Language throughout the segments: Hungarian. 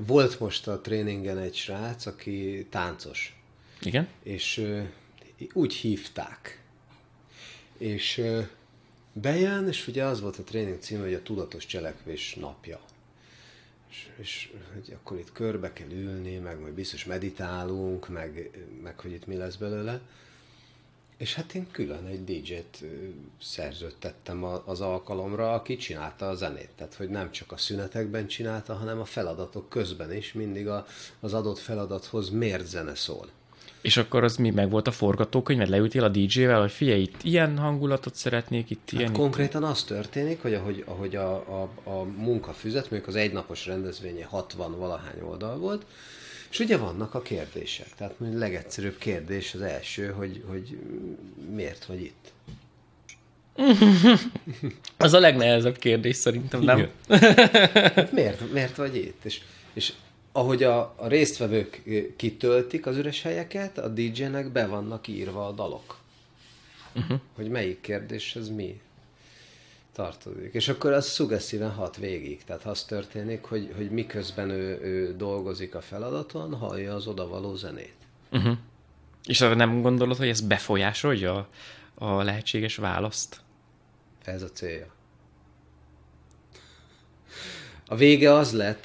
volt most a tréningen egy srác, aki táncos. Igen? És úgy hívták. És bejön, és ugye az volt a tréning címe, hogy a tudatos cselekvés napja. És hogy akkor itt körbe kell ülni, meg majd biztos meditálunk, meg hogy itt mi lesz belőle. És hát én külön egy DJ-t szerződtettem az alkalomra, aki csinálta a zenét. Tehát, hogy nem csak a szünetekben csinálta, hanem a feladatok közben is mindig az adott feladathoz mért zene szól. És akkor az mi, meg volt a forgatókönyv, mert leültél a DJ-vel, hogy figyelj, itt ilyen hangulatot szeretnék, itt ilyen... Hát konkrétan az történik, hogy ahogy a munka füzet, mondjuk az egynapos rendezvénye 60-valahány oldal volt, és ugye vannak a kérdések. Tehát a legegyszerűbb kérdés az első, hogy miért vagy itt? Az a legnehezebb kérdés szerintem, nem? Hát miért vagy itt? És ahogy a résztvevők kitöltik az üres helyeket, a DJ-nek be vannak írva a dalok. Hogy melyik kérdéshez mi tartozik. És akkor az szuggesztíven hat végig. Tehát az történik, hogy miközben ő dolgozik a feladaton, hallja az odavaló zenét. És arra nem gondolod, hogy ez befolyásolja a lehetséges választ? Ez a célja. A vége az lett,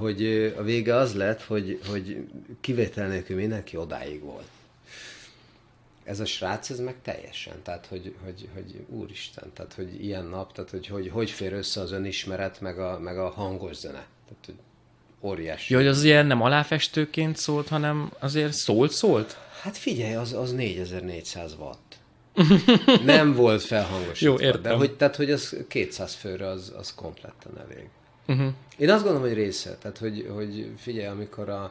hogy kivétel nélkül mindenki odáig volt. Ez a srác, ez meg teljesen, tehát hogy úristen, tehát hogy ilyen nap, tehát hogy fér össze az önismeret, meg a hangos zene. Tehát hogy óriási. Jó, hogy az ilyen nem aláfestőként szólt, hanem azért szólt? Hát figyelj, az 4400 watt. Nem volt felhangosítva. Jó, értem. De tehát, hogy az 200 főre az kompletten elég. Én azt gondolom, hogy része. Tehát, hogy figyelj, amikor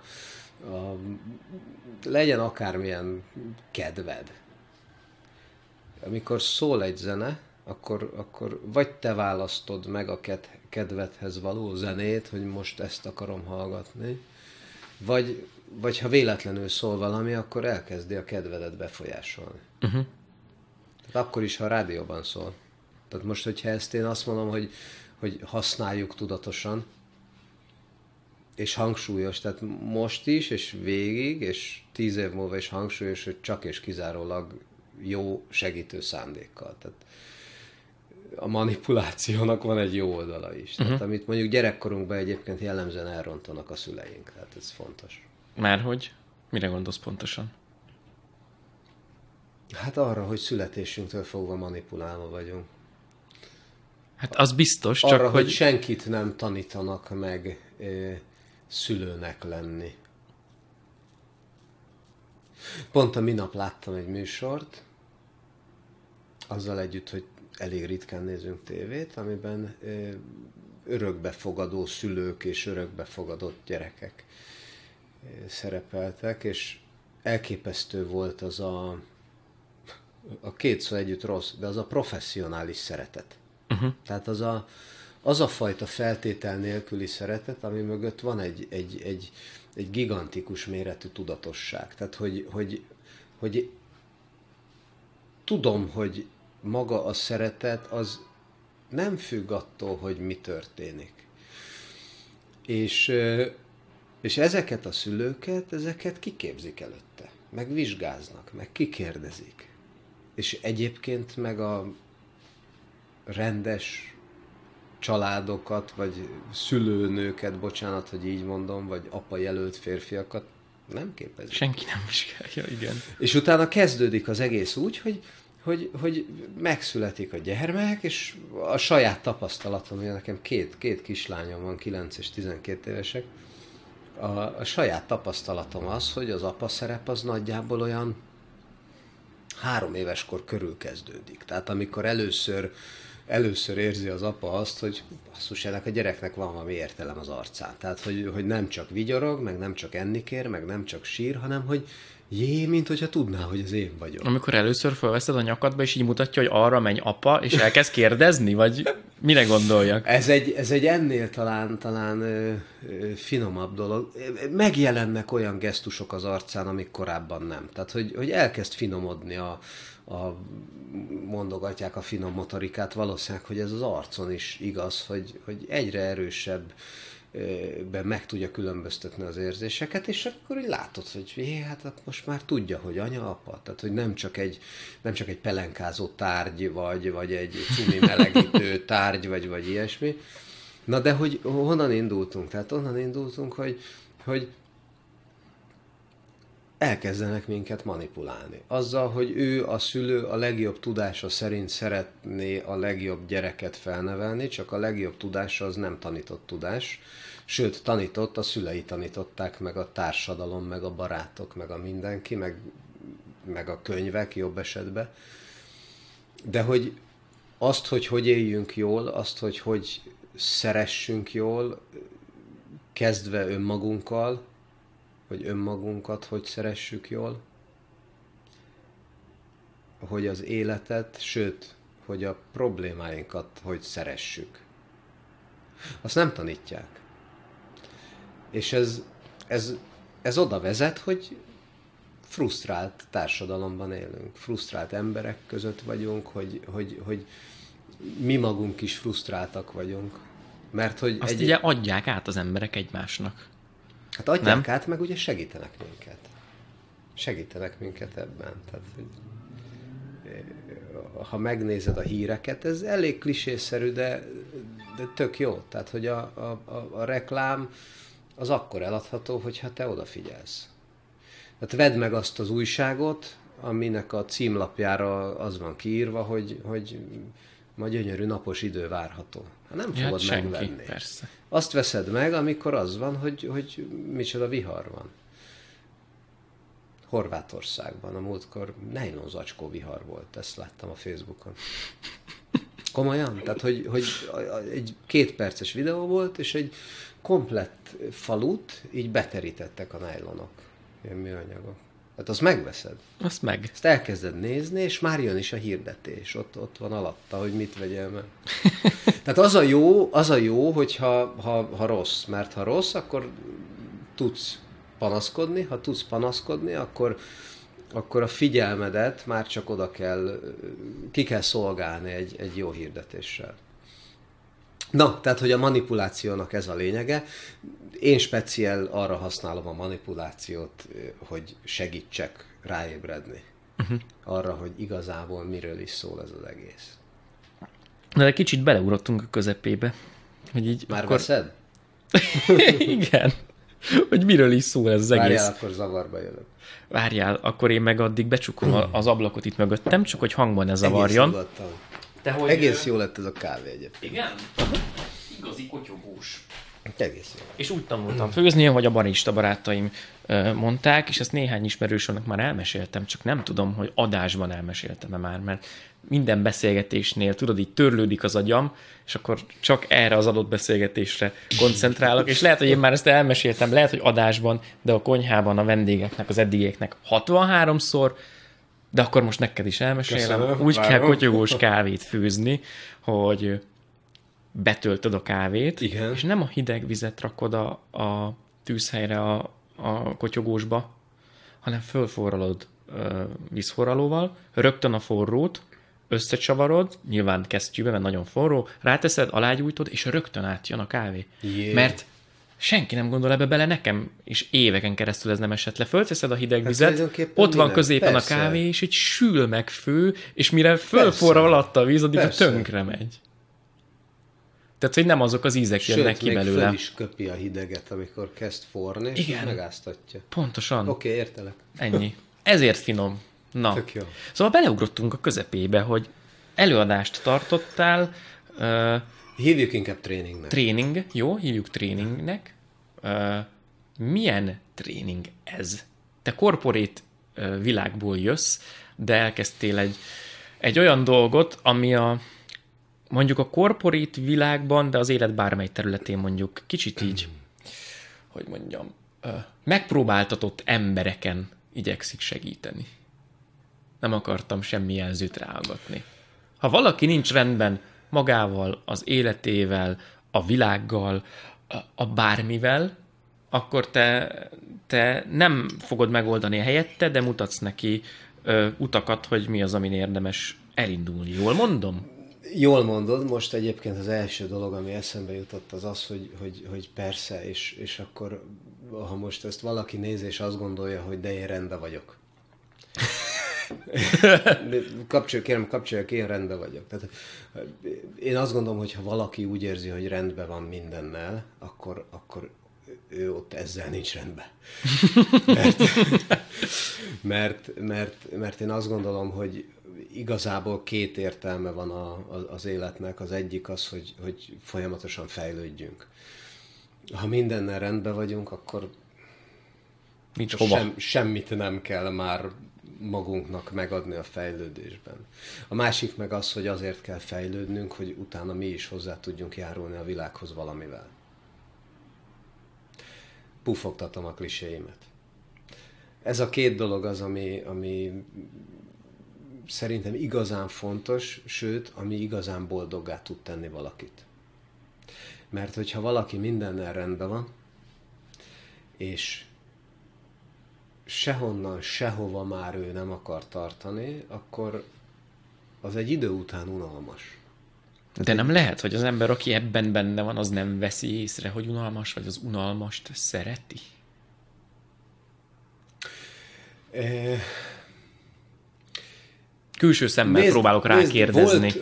legyen akármilyen kedved. Amikor szól egy zene, akkor vagy te választod meg a kedvedhez való zenét, hogy most ezt akarom hallgatni, vagy ha véletlenül szól valami, akkor elkezdi a kedvedet befolyásolni. Tehát akkor is, ha a rádióban szól. Tehát most, hogyha ezt én azt mondom, hogy használjuk tudatosan, és hangsúlyos, tehát most is, és végig, és 10 év múlva is hangsúlyos, hogy csak és kizárólag jó segítő szándékkal. Tehát a manipulációnak van egy jó oldala is. Tehát amit mondjuk gyerekkorunkban egyébként jellemzően elrontanak a szüleink. Tehát ez fontos. Márhogy? Mire gondolsz pontosan? Hát arra, hogy születésünktől fogva manipulálva vagyunk. Hát az biztos, arra, csak hogy senkit nem tanítanak meg szülőnek lenni. Pont a minap láttam egy műsort, azzal együtt, hogy elég ritkán nézünk tévét, amiben örökbefogadó szülők és örökbefogadott gyerekek szerepeltek, és elképesztő volt az a két szó együtt rossz, de az a professzionális szeretet. Tehát az a fajta feltétel nélküli szeretet, ami mögött van egy gigantikus méretű tudatosság. Tehát, hogy tudom, hogy maga a szeretet az nem függ attól, hogy mi történik. És ezeket a szülőket, ezeket kiképzik előtte. Meg vizsgáznak, meg kikérdezik. És egyébként meg a rendes családokat, vagy szülőnőket, bocsánat, hogy így mondom, vagy apa jelölt férfiakat nem képezik. Senki nem vizsgálja, igen. És utána kezdődik az egész úgy, hogy megszületik a gyermek, és a saját tapasztalatom, ugye nekem két kislányom van, 9 és 12 évesek, a saját tapasztalatom az, hogy az apa szerep az nagyjából olyan 3 éveskor körül kezdődik. Tehát amikor először érzi az apa azt, hogy basszus, ennek a gyereknek van valami értelem az arcán. Tehát, hogy nem csak vigyorog, meg nem csak enni kér, meg nem csak sír, hanem hogy mint hogyha tudná, hogy az én vagyok. Amikor először felveszed a nyakadba, és így mutatja, hogy arra menj apa, és elkezd kérdezni, vagy mire gondoljak? Ez egy ennél talán finomabb dolog. Megjelennek olyan gesztusok az arcán, amik korábban nem. Tehát, hogy elkezd finomodni mondogatják a finom motorikát, valószínűleg, hogy ez az arcon is igaz, hogy egyre erősebb meg tudja különböztetni az érzéseket, és akkor úgy látod, hogy hát most már tudja, hogy anya, apa. Tehát, hogy nem csak egy pelenkázó tárgy, vagy egy cumi melegítő tárgy, vagy ilyesmi. Na de hogy honnan indultunk? Tehát onnan indultunk, hogy elkezdenek minket manipulálni. Azzal, hogy ő, a szülő a legjobb tudása szerint szeretné a legjobb gyereket felnevelni, csak a legjobb tudása az nem tanított tudás. Sőt, a szülei tanították, meg a társadalom, meg a barátok, meg a mindenki, meg a könyvek jobb esetben. De hogy azt, hogy éljünk jól, azt, hogy szeressünk jól, kezdve önmagunkkal, hogy önmagunkat hogy szeressük jól, hogy az életet, sőt, hogy a problémáinkat hogy szeressük. Azt nem tanítják. És ez oda vezet, hogy frusztrált társadalomban élünk. Frusztrált emberek között vagyunk, hogy mi magunk is frusztráltak vagyunk. Mert hogy azt ugye adják át az emberek egymásnak. Hát adják át, meg ugye segítenek minket. Segítenek minket ebben. Tehát, hogy ha megnézed a híreket, ez elég klisészerű, de tök jó. Tehát, hogy a reklám az akkor eladható, hogyha te odafigyelsz. Tehát vedd meg azt az újságot, aminek a címlapjára az van kiírva, hogy ma gyönyörű napos idő várható. Hát nem fogod senki, megvenni. Persze. Azt veszed meg, amikor az van, hogy micsoda vihar van. Horvátországban a múltkor nejlonzacskó vihar volt, ezt láttam a Facebookon. Komolyan? Tehát, hogy egy 2 perces videó volt, és egy komplett falut így beterítettek a nejlonok. Ilyen műanyagok. Hát azt megveszed. Azt meg. Ezt elkezded nézni, és már jön is a hirdetés. Ott van alatta, hogy mit vegyél meg. Tehát az a jó, hogyha rossz. Mert ha rossz, akkor tudsz panaszkodni. Ha tudsz panaszkodni, akkor a figyelmedet már csak ki kell szolgálni egy jó hirdetéssel. Na, tehát, hogy a manipulációnak ez a lényege. Én speciál arra használom a manipulációt, hogy segítsek ráébredni. Arra, hogy igazából miről is szól ez az egész. Na, de kicsit beleugrottunk a közepébe. Hogy így már veszed? Igen. Hogy miről is szól ez az egész. Várjál, akkor zavarba jövök. Várjál, akkor én meg addig becsukom az ablakot itt mögöttem, csak hogy hangban ne zavarjon. Egész jó lett ez a kávé egyébként. Igen? Igazi kotyogós. Egész jó. És úgy tanultam főzni, hogy a barista barátaim mondták, és ezt néhány ismerősömnek már elmeséltem, csak nem tudom, hogy adásban elmeséltem-e már, mert minden beszélgetésnél, tudod, így törlődik az agyam, és akkor csak erre az adott beszélgetésre koncentrálok, és lehet, hogy én már ezt elmeséltem, lehet, hogy adásban, de a konyhában a vendégeknek, az eddigieknek 63-szor, de akkor most neked is elmesélem. Köszönöm, úgy várom. kell kotyogós kávét főzni, hogy betöltöd a kávét, igen, és nem a hideg vizet rakod a tűzhelyre a kotyogósba, hanem fölforralod vízforralóval, rögtön a forrót, összecsavarod, nyilván kesztyűbe, mert nagyon forró, ráteszed, alágyújtod, és rögtön átjön a kávé. Yeah. Mert senki nem gondol ebbe bele, nekem is éveken keresztül ez nem esett le. Fölteszed a hideg vizet, ott van középen persze. A kávé, és egy sül meg fő, és mire fölforral alatta a víz, addig tönkre megy. Tehát, hogy nem azok az ízek jönnek ki belőle. Sőt, még föl is köpi a hideget, amikor kezd forni, és igen, megáztatja. Pontosan. Oké, értelek. Ennyi. Ezért finom. Na. Tök jó. Szóval beleugrottunk a közepébe, hogy előadást tartottál. Hívjuk inkább tréningnek. Tréning, jó, hívjuk tréningnek. Milyen tréning ez? Te corporate világból jössz, de elkezdtél egy olyan dolgot, ami mondjuk a corporate világban, de az élet bármely területén mondjuk kicsit így, hogy mondjam, megpróbáltatott embereken igyekszik segíteni. Nem akartam semmi jelzőt ráaggatni. Ha valaki nincs rendben magával, az életével, a világgal, a bármivel, akkor te nem fogod megoldani a helyette, de mutatsz neki utakat, hogy mi az, amin érdemes elindulni. Jól mondom? Jól mondod, most egyébként az első dolog, ami eszembe jutott, az az, hogy persze, és akkor, ha most ezt valaki néz, és azt gondolja, hogy de én rendben vagyok. Kapcsolja ki, én rendben vagyok. Tehát, én azt gondolom, hogy ha valaki úgy érzi, hogy rendben van mindennel, akkor ő ott ezzel nincs rendben. Mert én azt gondolom, hogy igazából két értelme van az életnek. Az egyik az, hogy folyamatosan fejlődjünk. Ha mindennel rendben vagyunk, akkor nincs hova. Semmit nem kell már magunknak megadni a fejlődésben. A másik meg az, hogy azért kell fejlődnünk, hogy utána mi is hozzá tudjunk járulni a világhoz valamivel. Pufogtatom a kliséimet. Ez a két dolog az, ami szerintem igazán fontos, sőt, ami igazán boldoggá tud tenni valakit. Mert hogyha valaki mindennel rendben van, és sehonnan, sehova már ő nem akar tartani, akkor az egy idő után unalmas. De nem lehet, hogy az ember, aki ebben benne van, az nem veszi észre, hogy unalmas, vagy az unalmast szereti? Külső szemmel próbálok rákérdezni.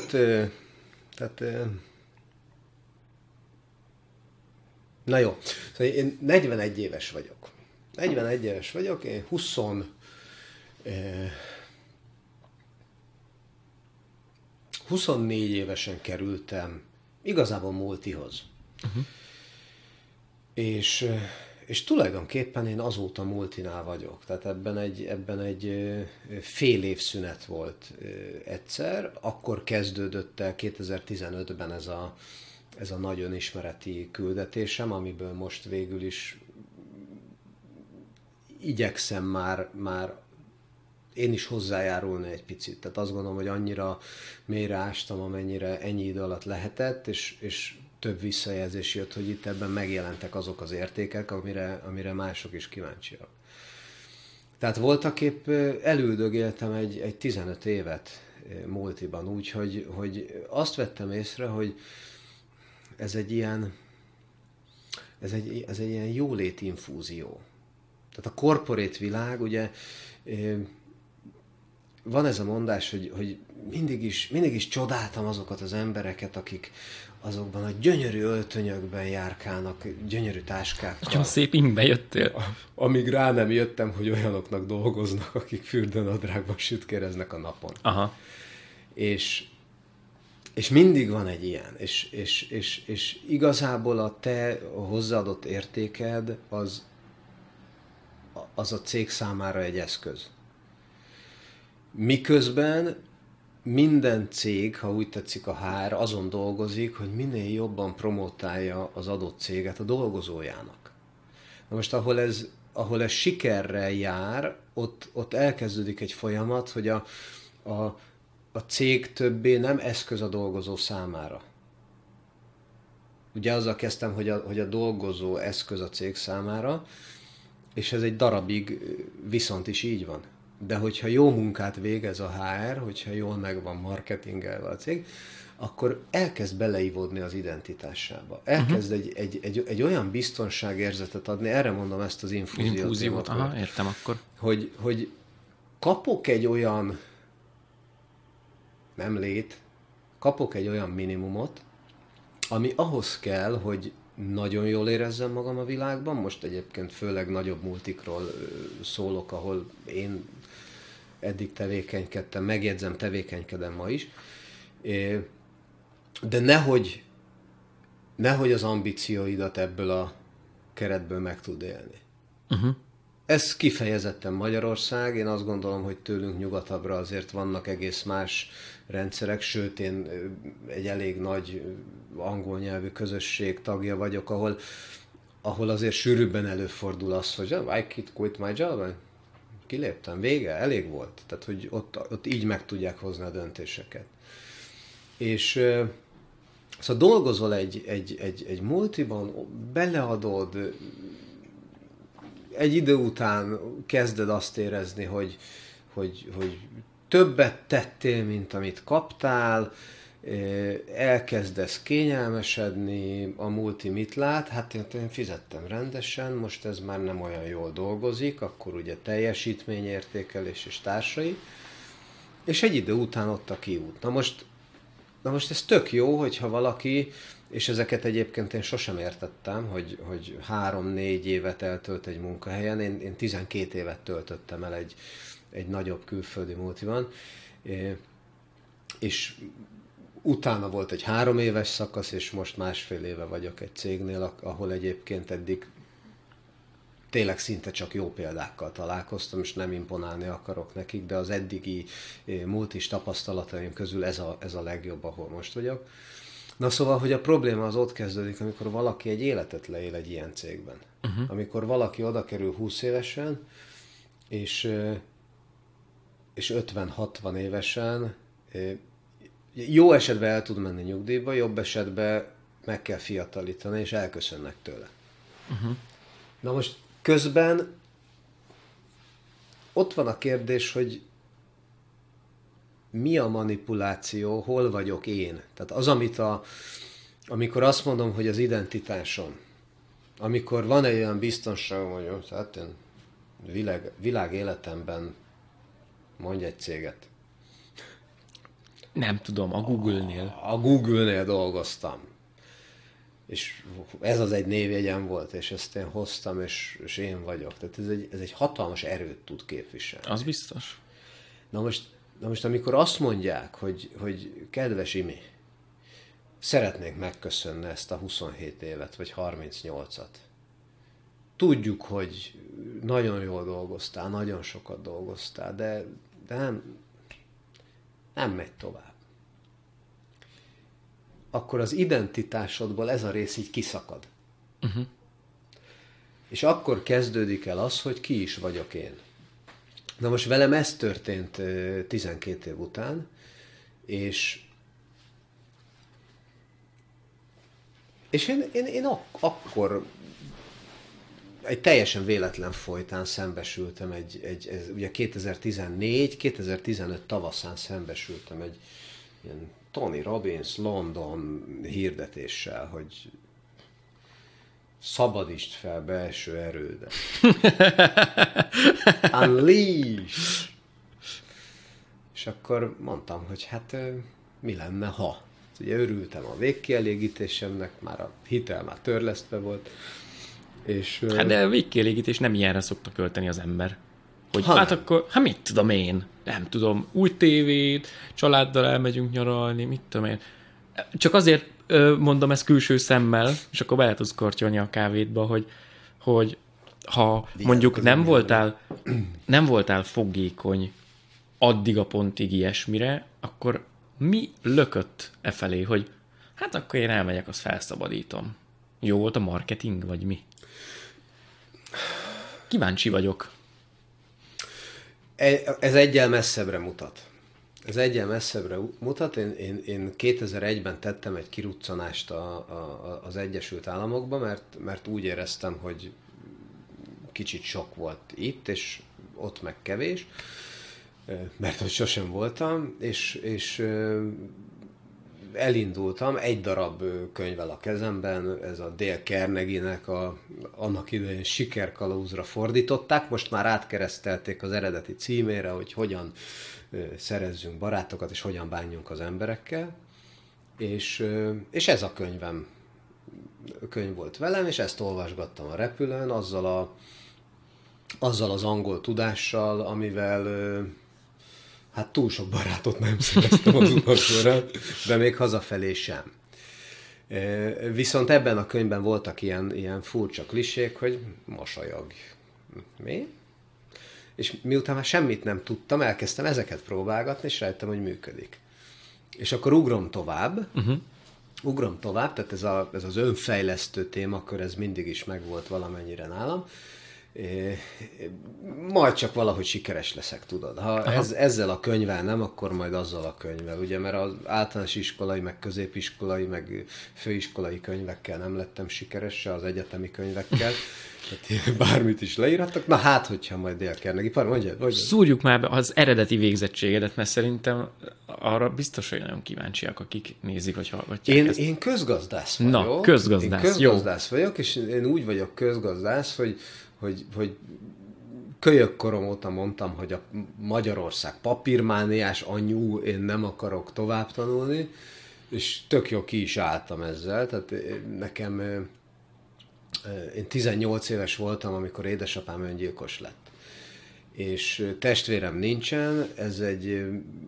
Na jó, szóval én 41 éves vagyok. 41 éves vagyok, én 24 évesen kerültem igazából multihoz. Uh-huh. És tulajdonképpen én azóta multinál vagyok. Tehát ebben egy fél év szünet volt egyszer. Akkor kezdődött el 2015-ben ez a nagy önismereti küldetésem, amiből most végül is igyekszem már én is hozzájárulni egy picit. Tehát azt gondolom, hogy annyira mélyre ástam, amennyire ennyi idő alatt lehetett, és több visszajelzés jött, hogy itt ebben megjelentek azok az értékek, amire mások is kíváncsiak. Tehát voltaképp elüldögéltem egy 15 évet multiban, úgyhogy azt vettem észre, hogy ez egy ilyen jólétinfúzió. Tehát a corporate világ, ugye van ez a mondás, hogy mindig is csodáltam azokat az embereket, akik azokban a gyönyörű öltönyökben járkálnak, gyönyörű táskákkal. Nagyon szép ingbe jöttél. Amíg rá nem jöttem, hogy olyanoknak dolgoznak, akik fürdőnadrágban sütkéreznek a napon. Aha. És mindig van egy ilyen. És igazából a te hozzáadott értéked az a cég számára egy eszköz. Miközben minden cég, ha úgy tetszik a HR, azon dolgozik, hogy minél jobban promotálja az adott céget a dolgozójának. Na most, ahol ez sikerrel jár, ott elkezdődik egy folyamat, hogy a cég többé nem eszköz a dolgozó számára. Ugye azzal kezdtem, hogy a dolgozó eszköz a cég számára, és ez egy darabig viszont is így van. De hogyha jó munkát végez a HR, hogyha jól meg van marketingelve a cég, akkor elkezd beleivódni az identitásába. Elkezd egy olyan biztonságérzetet adni, erre mondom ezt az infúziót. Aha, értem akkor. Hogy kapok egy olyan kapok egy olyan minimumot, ami ahhoz kell, hogy nagyon jól érezzem magam a világban. Most egyébként főleg nagyobb multikról szólok, ahol én eddig tevékenykedtem, megjegyzem, tevékenykedem ma is. De nehogy az ambícióidat ebből a keretből meg tud élni. Uh-huh. Ez kifejezetten Magyarország. Én azt gondolom, hogy tőlünk nyugatabbra azért vannak egész más rendszerek, sőt én egy elég nagy angol nyelvű közösség tagja vagyok, ahol azért sűrűbben előfordul az, hogy I quit my job, kiléptem, vége, elég volt. Tehát, hogy ott így meg tudják hozni a döntéseket. És szóval dolgozol egy multiban, beleadod, egy idő után kezded azt érezni, hogy többet tettél, mint amit kaptál, elkezdesz kényelmesedni, a multi mit lát, hát én fizettem rendesen, most ez már nem olyan jól dolgozik, akkor ugye teljesítményértékelés és társai, és egy idő után ott a kiút. Na most ez tök jó, hogyha valaki, és ezeket egyébként én sosem értettem, hogy 3-4 évet eltölt egy munkahelyen, én 12 évet töltöttem el egy nagyobb külföldi multiban, és utána volt egy 3 éves szakasz, és most 1,5 éve vagyok egy cégnél, ahol egyébként eddig tényleg szinte csak jó példákkal találkoztam, és nem imponálni akarok nekik, de az eddigi multis tapasztalataim közül ez a legjobb, ahol most vagyok. Na szóval, hogy a probléma az ott kezdődik, amikor valaki egy életet leél egy ilyen cégben. Amikor valaki oda kerül 20 évesen, és 50-60 évesen jó esetben el tud menni nyugdíjba, jobb esetben meg kell fiatalítani, és elköszönnek tőle. Na most közben ott van a kérdés, hogy mi a manipuláció, hol vagyok én. Tehát az, amikor azt mondom, hogy az identitásom, amikor van egy olyan biztonságom, hogy hát én világ életemben mondj egy céget. Nem tudom, a Google-nél. A Google-nél dolgoztam. És ez az egy névjegyem volt, és ezt én hoztam, és én vagyok. Tehát ez egy hatalmas erőt tud képviselni. Az biztos. Na most amikor azt mondják, hogy kedves Imi, szeretnék megköszönni ezt a 27 évet, vagy 38-at. Tudjuk, hogy nagyon jól dolgoztál, nagyon sokat dolgoztál, de nem megy tovább. Akkor az identitásodból ez a rész így kiszakad. És akkor kezdődik el az, hogy ki is vagyok én. Na most velem ez történt 12 év után, és én akkor egy teljesen véletlen folytán szembesültem ugye 2014-2015 tavaszán szembesültem egy ilyen Tony Robbins London hirdetéssel, hogy szabadítsd fel belső erődet. Unleash! És akkor mondtam, hogy hát mi lenne, ha? Ugye örültem a végkielégítésemnek, már a hitel már törlesztve volt. És, hát de a végkielégítés nem ilyenre szokta költeni az ember. Hogy hát akkor, mit tudom én? Nem tudom, új tévét, családdal elmegyünk nyaralni, mit tudom én. Csak azért mondom ezt külső szemmel, és akkor bele tudsz kortyolni a kávédba, hogy ha mondjuk nem voltál fogékony addig a pontig ilyesmire, akkor mi lökött e felé, hogy hát akkor én elmegyek, azt felszabadítom. Jó volt a marketing, vagy mi? Kíváncsi vagyok. Ez eggyel messzebbre mutat. Én 2001-ben tettem egy kiruccanást az Egyesült Államokba, mert úgy éreztem, hogy kicsit sok volt itt, és ott meg kevés, mert hogy sosem voltam, és elindultam egy darab könyvvel a kezemben, ez a Dale Carnegie-nek annak idején Sikerkalauzra fordították, most már átkeresztelték az eredeti címére, hogy hogyan szerezzünk barátokat, és hogyan bánjunk az emberekkel, és ez a könyv volt velem, és ezt olvasgattam a repülőn, azzal az angol tudással, amivel hát túl sok barátot nem szereztem az utak során, de még hazafelé sem. Viszont ebben a könyvben voltak ilyen furcsa klisék, hogy mosolyogj. Mi? És miután már semmit nem tudtam, elkezdtem ezeket próbálgatni, és rájöttem, hogy működik. És akkor ugrom tovább, tehát ez az önfejlesztő témakör, ez mindig is megvolt valamennyire nálam, majd csak valahogy sikeres leszek, tudod. Ha ezzel a könyvvel nem, akkor majd azzal a könyvvel, ugye, mert az általános iskolai, meg középiskolai, meg főiskolai könyvekkel nem lettem sikeres, se az egyetemi könyvekkel. Tehát bármit is leírhattak. Na hát, hogyha majd Dél-Carnegie, mondjad. Szúrjuk már be az eredeti végzettségedet, mert szerintem arra biztos, hogy nagyon kíváncsiak, akik nézik, vagy hallgatják ezt. Én közgazdász vagyok. Na, közgazdász, vagyok, és én úgy vagyok közgazdász, hogy kölyök korom óta mondtam, hogy a Magyarország papírmániás anyú, én nem akarok tovább tanulni, és tök jó ki is álltam ezzel, tehát nekem én 18 éves voltam, amikor édesapám öngyilkos lett. És testvérem nincsen, ez egy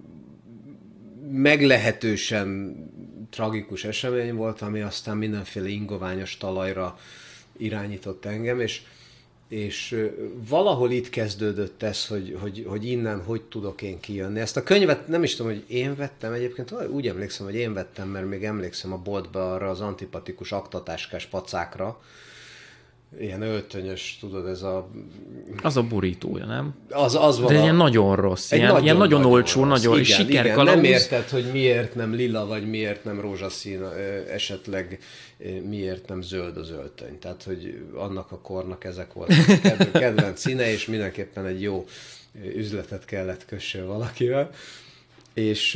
meglehetősen tragikus esemény volt, ami aztán mindenféle ingoványos talajra irányított engem, és valahol itt kezdődött ez, hogy innen hogy tudok én kijönni. Ezt a könyvet nem is tudom, hogy én vettem egyébként, úgy emlékszem, hogy én vettem, mert még emlékszem a boltba arra az antipatikus aktatáskás pacákra, ilyen öltönyös, tudod, ez a... Az a borítója, nem? Az van. De ilyen nagyon rossz, ilyen nagyon olcsó, nagyon igen, sikerkalauz. Nem érted, hogy miért nem lila, vagy miért nem rózsaszín, esetleg miért nem zöld az öltöny. Tehát, hogy annak a kornak ezek voltak kedvenc színe, és mindenképpen egy jó üzletet kellett kössön valakivel. És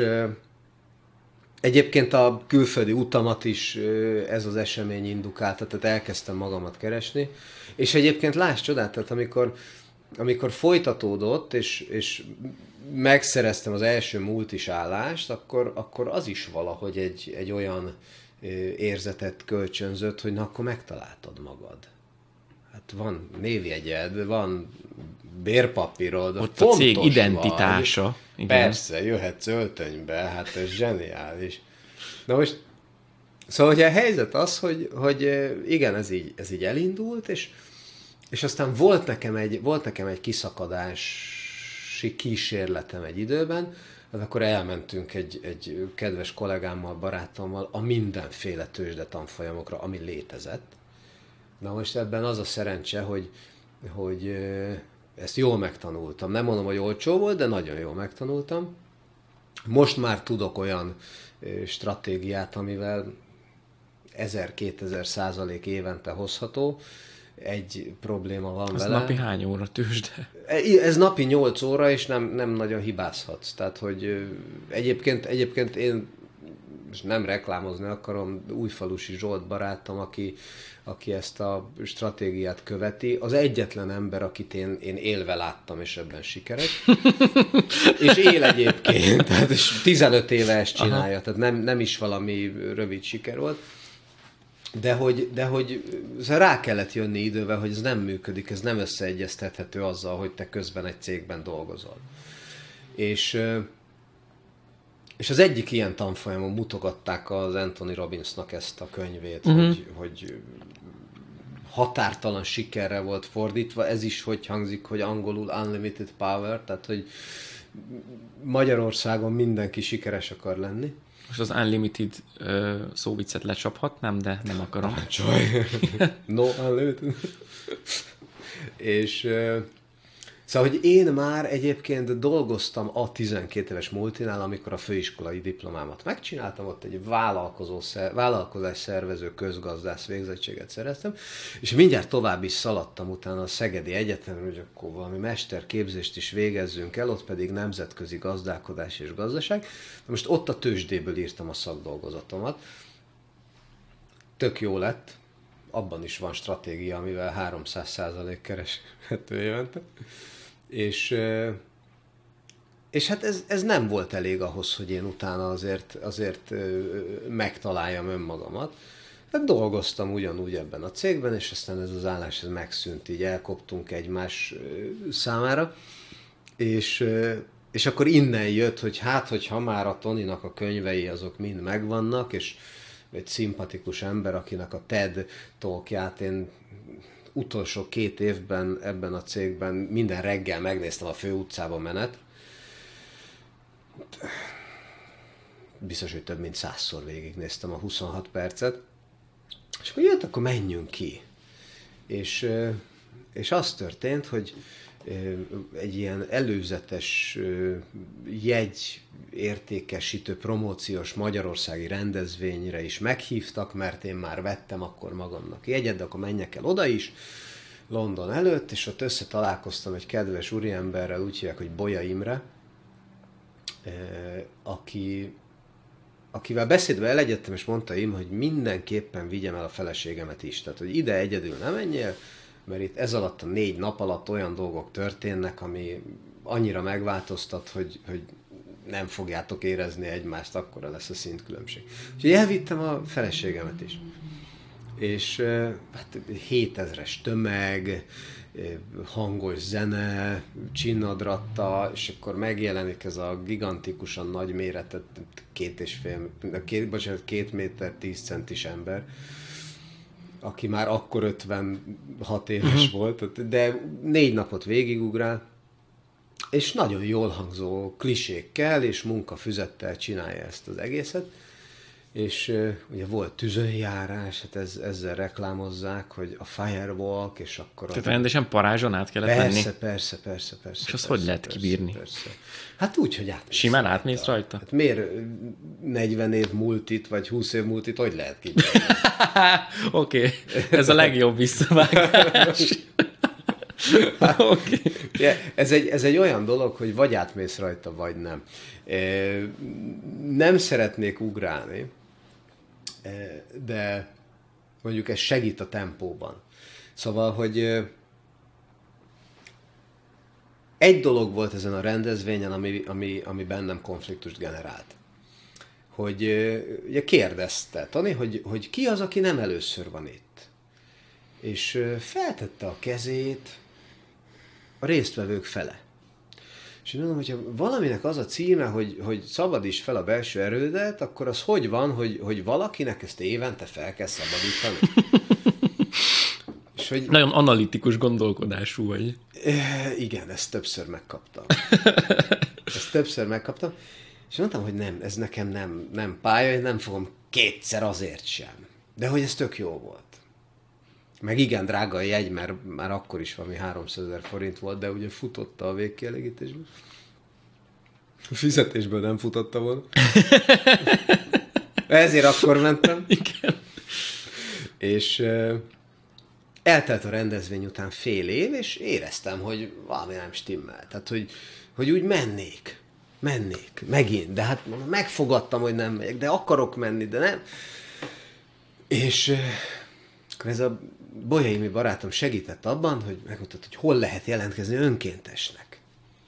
egyébként a külföldi utamat is ez az esemény indukálta, tehát elkezdtem magamat keresni, és egyébként láss csodát, tehát amikor folytatódott, és megszereztem az első multis állást, akkor az is valahogy egy olyan érzetet kölcsönzött, hogy na akkor megtaláltad magad. Hát van névjegyed, van bérpapírod, ott a cég identitása. Vagy. Igen. Persze, jöhetsz öltönybe, hát ez zseniális. Na most, szóval hogy a helyzet az, hogy igen, ez így elindult, és aztán volt nekem egy kiszakadási kísérletem egy időben, hát akkor elmentünk egy kedves kollégámmal, barátommal a mindenféle tőzsde tanfolyamokra, ami létezett. Na most ebben az a szerencse, hogy ezt jól megtanultam. Nem mondom, hogy olcsó volt, de nagyon jól megtanultam. Most már tudok olyan stratégiát, amivel 1000-2000% évente hozható. Egy probléma van az vele. Ez napi hány óra tőzsde? Ez napi 8 óra, és nem nagyon hibázhatsz. Tehát, hogy egyébként én nem reklámozni akarom, Újfalusi Zsolt barátom, aki ezt a stratégiát követi, az egyetlen ember, akit én élve láttam, és ebben sikeres. És él egyébként, tehát és 15 éve ezt csinálja, tehát nem is valami rövid siker volt. De hogy rá kellett jönni idővel, hogy ez nem működik, ez nem összeegyeztethető azzal, hogy te közben egy cégben dolgozol. És az egyik ilyen tanfolyamon mutogatták az Anthony Robbinsnak ezt a könyvét, hogy határtalan sikerre volt fordítva, ez is hogy hangzik, hogy angolul unlimited power, tehát hogy Magyarországon mindenki sikeres akar lenni. Most az unlimited szóviccet lecsaphatnám, de nem akarom. Parancsolj! No unlimited. És szóval, hogy én már egyébként dolgoztam a 12 éves multinál, amikor a főiskolai diplomámat megcsináltam, ott egy vállalkozás szervező közgazdász végzettséget szereztem, és mindjárt tovább is szaladtam utána a Szegedi Egyetemre, hogy akkor valami mesterképzést is végezzünk el, ott pedig nemzetközi gazdálkodás és gazdaság. Most ott a tőzsdéből írtam a szakdolgozatomat. Tök jó lett, abban is van stratégia, amivel 300% kereshető évente. És hát ez nem volt elég ahhoz, hogy én utána azért megtaláljam önmagamat. Hát dolgoztam ugyanúgy ebben a cégben, és aztán ez az állás megszűnt, így elkoptunk egymás számára. És akkor innen jött, hogy hát, hogyha már a Toninak a könyvei azok mind megvannak, és egy szimpatikus ember, akinek a TED talkját én utolsó 2 évben ebben a cégben minden reggel megnéztem a főutcában menet. Biztos, hogy több mint 100-szor végignéztem a 26 percet. És akkor jött, akkor menjünk ki. És És az történt, hogy egy ilyen előzetes jegy értékesítő promóciós magyarországi rendezvényre is meghívtak, mert én már vettem akkor magamnak jegyet, de akkor menjek el oda is, London előtt, és ott összetalálkoztam egy kedves úriemberrel, úgy hívják, hogy Bolya Imre, akivel beszédbe elegyedtem, és mondta hogy mindenképpen vigyem el a feleségemet is. Tehát, hogy ide egyedül nem menjél, mert itt ez alatt a 4 nap alatt olyan dolgok történnek, ami annyira megváltoztat, hogy nem fogjátok érezni egymást, akkora lesz a szintkülönbség. Úgyhogy elvittem a feleségemet is. És hát 7000-es tömeg, hangos zene, csinnadratta, és akkor megjelenik ez a gigantikusan nagy méretet, 2 méter 10 centis ember, aki már akkor 56 éves volt, de 4 napot végigugrál, és nagyon jól hangzó klisékkel és munkafüzettel csinálja ezt az egészet. És ugye volt tüzönjárás, hát ezzel reklámozzák, hogy a firewalk, és akkor... Tehát rendesen parázson át kellett menni? Persze. És azt hogy lehet kibírni? Persze. Hát úgy, hogy átmész. Simán átmész rajta? Hát miért 40 év múltit, vagy 20 év múltit, hogy lehet kibírni? Oké, ez a legjobb visszavágás. Okay. Yeah, ez egy olyan dolog, hogy vagy átmész rajta, vagy nem. Nem szeretnék ugrálni, de mondjuk ez segít a tempóban. Szóval, hogy egy dolog volt ezen a rendezvényen, ami bennem konfliktust generált. Hogy ugye kérdezte Toni, hogy ki az, aki nem először van itt. És feltette a kezét a résztvevők fele. És én mondom, hogyha valaminek az a címe, hogy szabadíts fel a belső erődet, akkor az hogy van, hogy valakinek ezt évente fel kell szabadítani? És hogy... Nagyon analitikus gondolkodású vagy. Igen, ezt többször megkaptam. És mondtam, hogy nem, ez nekem nem pálya, én nem fogom kétszer azért sem. De hogy ez tök jó volt. Meg igen, drága a jegy, mert már akkor is valami 300 000 forint volt, de ugye futotta a végkielégítésből. A fizetésből nem futotta volna. Ezért akkor mentem. Igen. És eltelt a rendezvény után fél év, és éreztem, hogy valami nem stimmel. Tehát, hogy úgy mennék, megint. De hát megfogadtam, hogy nem megyek, de akarok menni, de nem. És akkor ez a Bolyaimi barátom segített abban, hogy megmutatta, hogy hol lehet jelentkezni önkéntesnek.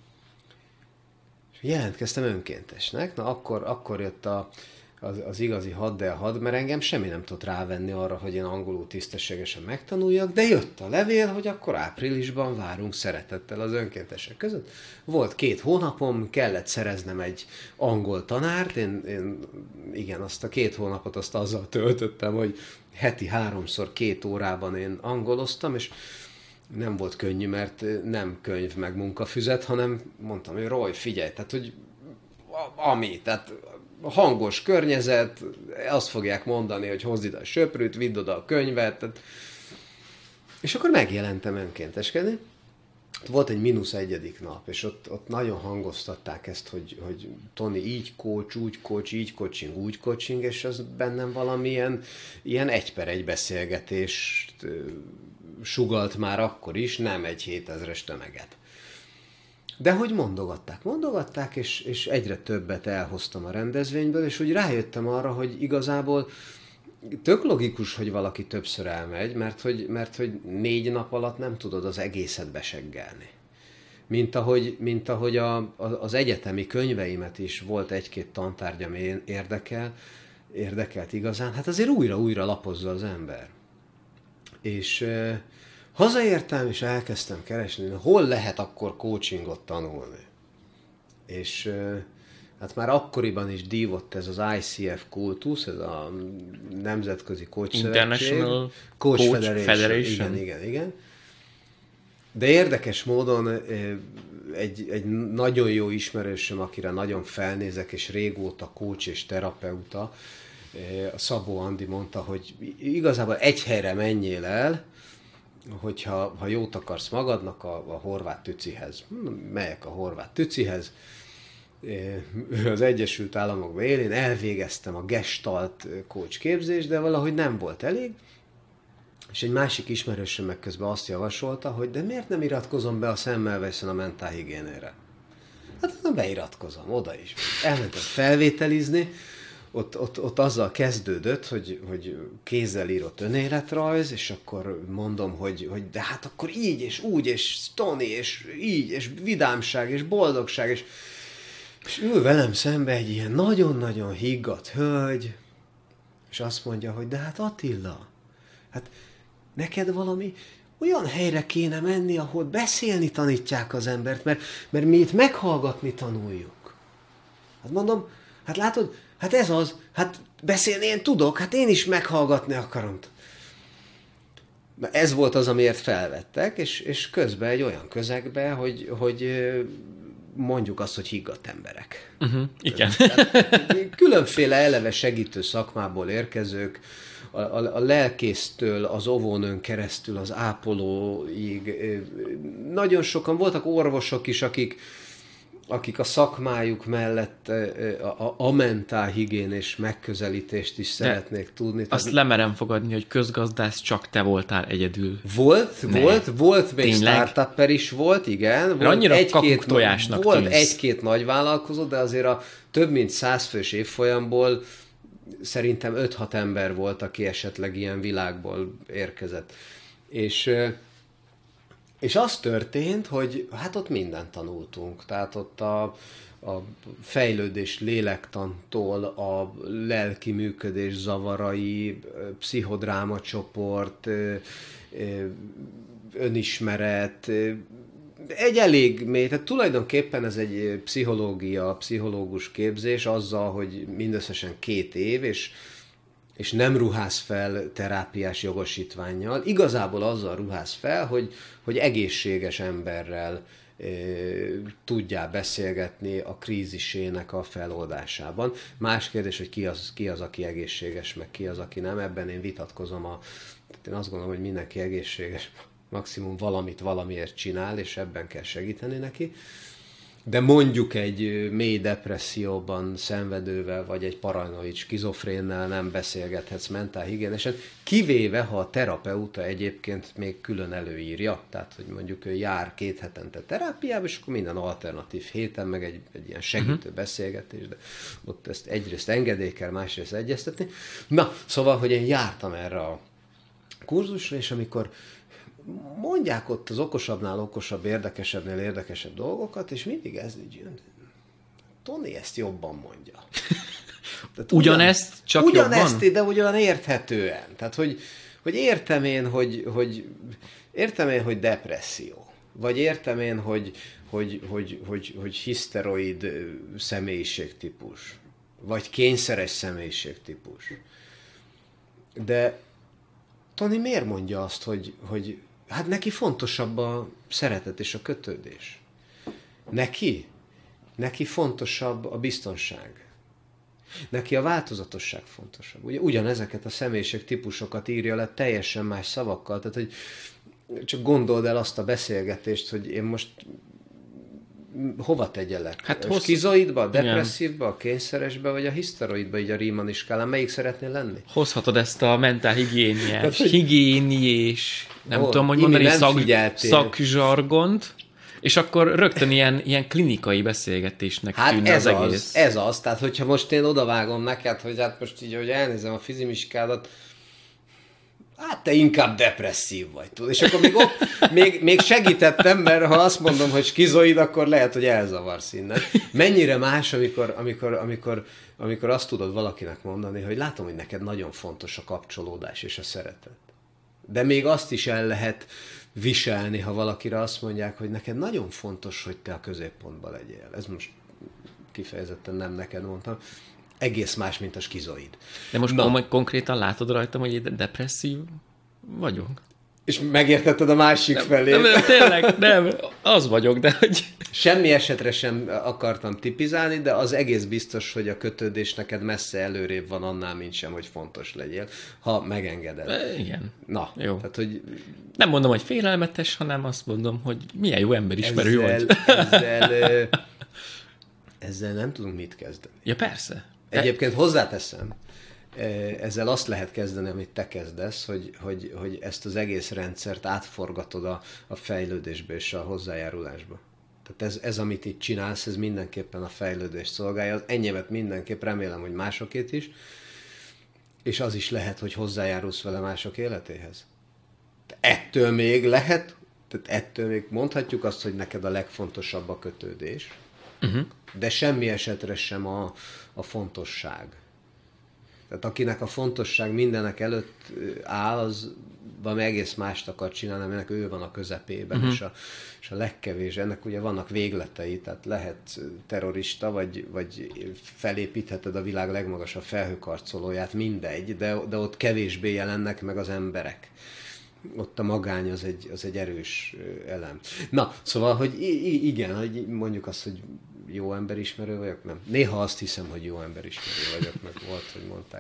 És jelentkeztem önkéntesnek, na akkor jött az igazi hadd, mert engem semmi nem tudott rávenni arra, hogy én angolul tisztességesen megtanuljak, de jött a levél, hogy akkor áprilisban várunk szeretettel az önkéntesek között. Volt 2 hónapom, kellett szereznem egy angol tanárt, én igen, azt a 2 hónapot azt azzal töltöttem, hogy heti 3-szor 2 órában én angoloztam, és nem volt könnyű, mert nem könyv meg munkafüzet, hanem mondtam, hogy Roy, figyelj, tehát, hogy tehát hangos környezet, azt fogják mondani, hogy hozd ide a söprűt, vidd oda a könyvet, tehát... és akkor megjelentem önkénteskedni. Volt egy -1. nap, és ott nagyon hangoztatták ezt, hogy Toni így coach, úgy coach, így coaching, úgy coaching, és az bennem valamilyen ilyen 1/1 beszélgetést sugalt már akkor is, nem egy 7000-es tömeget. De hogy mondogatták, és egyre többet elhoztam a rendezvényből, és úgy rájöttem arra, hogy igazából tök logikus, hogy valaki többször elmegy, mert hogy 4 nap alatt nem tudod az egészet beseggelni. Mint ahogy az egyetemi könyveimet is volt 1-2 tantárgy, ami érdekelt igazán, hát azért újra lapozza az ember. És hazaértem, és elkezdtem keresni, hol lehet akkor coachingot tanulni. És hát már akkoriban is dívott ez az ICF kultusz, ez a Nemzetközi Coach International Coach Federation. Igen. De érdekes módon egy nagyon jó ismerősöm, akire nagyon felnézek, és régóta coach és terapeuta, a Szabó Andi mondta, hogy igazából egy helyre menjél el, hogyha jót akarsz magadnak, a horvát tücihez. Melyek a horvát tücihez? Az Egyesült Államokban élén elvégeztem a Gestalt coach képzést, de valahogy nem volt elég. És egy másik ismerősöm meg közben azt javasolta, hogy de miért nem iratkozom be a Semmelweisen a mentálhigiénére? Hát beiratkozom, oda is. Elmentem felvételizni, ott azzal kezdődött, hogy kézzel írott önéletrajz, és akkor mondom, hogy de hát akkor így, és úgy, és Tony, és így, és vidámság, és boldogság, és ül velem szembe egy ilyen nagyon-nagyon higgadt hölgy, és azt mondja, hogy de hát Attila, hát neked valami olyan helyre kéne menni, ahol beszélni tanítják az embert, mert mi itt meghallgatni tanuljuk. Hát mondom, hát látod, hát ez az, hát beszélni én tudok, hát én is meghallgatni akarom. Na ez volt az, amiért felvettek, és közben egy olyan közegbe, hogy mondjuk azt, hogy higgadt emberek. Igen. Tehát, különféle eleve segítő szakmából érkezők, a lelkésztől, az óvónőn keresztül, az ápolóig. Nagyon sokan voltak orvosok is, akik a szakmájuk mellett a mentálhigiénés megközelítést is szeretnék tudni. Azt lemerem fogadni, hogy közgazdász csak te voltál egyedül. Volt még startupper is volt, igen. Volt annyira kakuktojásnak volt tűnsz. egy-két nagy vállalkozó, de azért a több mint 100 fős évfolyamból szerintem 5-6 ember volt, aki esetleg ilyen világból érkezett. És az történt, hogy hát ott mindent tanultunk. Tehát ott a fejlődés lélektantól a lelki működés zavarai, pszichodráma csoport, önismeret, egy elég mély, tehát tulajdonképpen ez egy pszichológus képzés azzal, hogy mindösszesen 2 év, és nem ruház fel terápiás jogosítvánnyal, igazából azzal ruház fel, hogy egészséges emberrel tudjál beszélgetni a krízisének a feloldásában. Más kérdés, hogy ki az, aki egészséges, meg ki az, aki nem, ebben én vitatkozom. Én azt gondolom, hogy mindenki egészséges, maximum valamit valamiért csinál, és ebben kell segíteni neki. De mondjuk egy mély depresszióban szenvedővel, vagy egy paranoid skizofrénnel nem beszélgethetsz mentálhigiénesen, kivéve, ha a terapeuta egyébként még külön előírja. Tehát, hogy mondjuk ő jár 2 hetente terápiába, és akkor minden alternatív héten, meg egy ilyen segítő beszélgetés, de ott ezt egyrészt engedély kell, másrészt egyeztetni. Na, szóval, hogy én jártam erre a kurzusra, és amikor mondják ott az okosabbnál okosabb, érdekesebbnél érdekesebb dolgokat, és mindig ez így jön. Tony ezt jobban mondja. Tehát ugyanezt, csak ugyanezt, jobban? De ugyan érthetően. Tehát, hogy értem én, hogy depresszió. Vagy értem én, hogy hiszteroid személyiségtípus. Vagy kényszeres személyiségtípus. De Tony miért mondja azt, hogy hát neki fontosabb a szeretet és a kötődés. Neki fontosabb a biztonság. Neki a változatosság fontosabb. Ugye ugyanezeket a személyiségtípusokat írja le teljesen más szavakkal. Tehát, hogy csak gondold el azt a beszélgetést, hogy én most hova tegyelek? Hát a skizoidba, a depresszívba, a kényszeresbe, vagy a hiszteroidba, így a Riemann skálán? Melyik szeretnél lenni? Hozhatod ezt a mentálhigiéniás, higiéniés, nem tudom, hogy mondani, szakzsargont, és akkor rögtön ilyen klinikai beszélgetésnek tűnne az egész. Ez az. Tehát, hogyha most én odavágom neked, hogy hát most így, hogy elnézem a fizimiskádat, hát te inkább depresszív vagy, tudod. És akkor még segítettem, mert ha azt mondom, hogy skizoid, akkor lehet, hogy elzavarsz innen. Mennyire más, amikor azt tudod valakinek mondani, hogy látom, hogy neked nagyon fontos a kapcsolódás és a szeretet. De még azt is el lehet viselni, ha valakire azt mondják, hogy neked nagyon fontos, hogy te a középpontban legyél. Ez most kifejezetten nem neked mondtam. Egész más, mint a skizoid. De most konkrétan látod rajtam, hogy én depresszív vagyok? És megértetted a másik felé. Nem, tényleg, nem. Az vagyok, de hogy... semmi esetre sem akartam tipizálni, de az egész biztos, hogy a kötődés neked messze előrébb van annál, mint sem, hogy fontos legyél, ha megengeded. Igen. Na, jó. Tehát, hogy nem mondom, hogy félelmetes, hanem azt mondom, hogy milyen jó emberismerő vagy. Ezzel nem tudunk mit kezdeni. Ja, persze. Egyébként hozzáteszem, ezzel azt lehet kezdeni, amit te kezdesz, hogy ezt az egész rendszert átforgatod a fejlődésbe és a hozzájárulásba. Tehát ez, amit itt csinálsz, ez mindenképpen a fejlődést szolgálja. Az enyémet mindenképp, remélem, hogy másokét is, és az is lehet, hogy hozzájárulsz vele mások életéhez. Ettől még lehet, tehát ettől még mondhatjuk azt, hogy neked a legfontosabb a kötődés, de semmi esetre sem a fontosság. Tehát akinek a fontosság mindenek előtt áll, az valami egész mást akar csinálni, aminek ő van a közepében, és a legkevés. Ennek ugye vannak végletei, tehát lehet terrorista, vagy felépítheted a világ legmagasabb felhőkarcolóját, mindegy, de ott kevésbé jelennek meg az emberek. Ott a magány az egy erős elem. Na, szóval, hogy igen, hogy mondjuk azt, hogy jó emberismerő vagyok, nem. Néha azt hiszem, hogy jó emberismerő vagyok, meg volt, hogy mondták.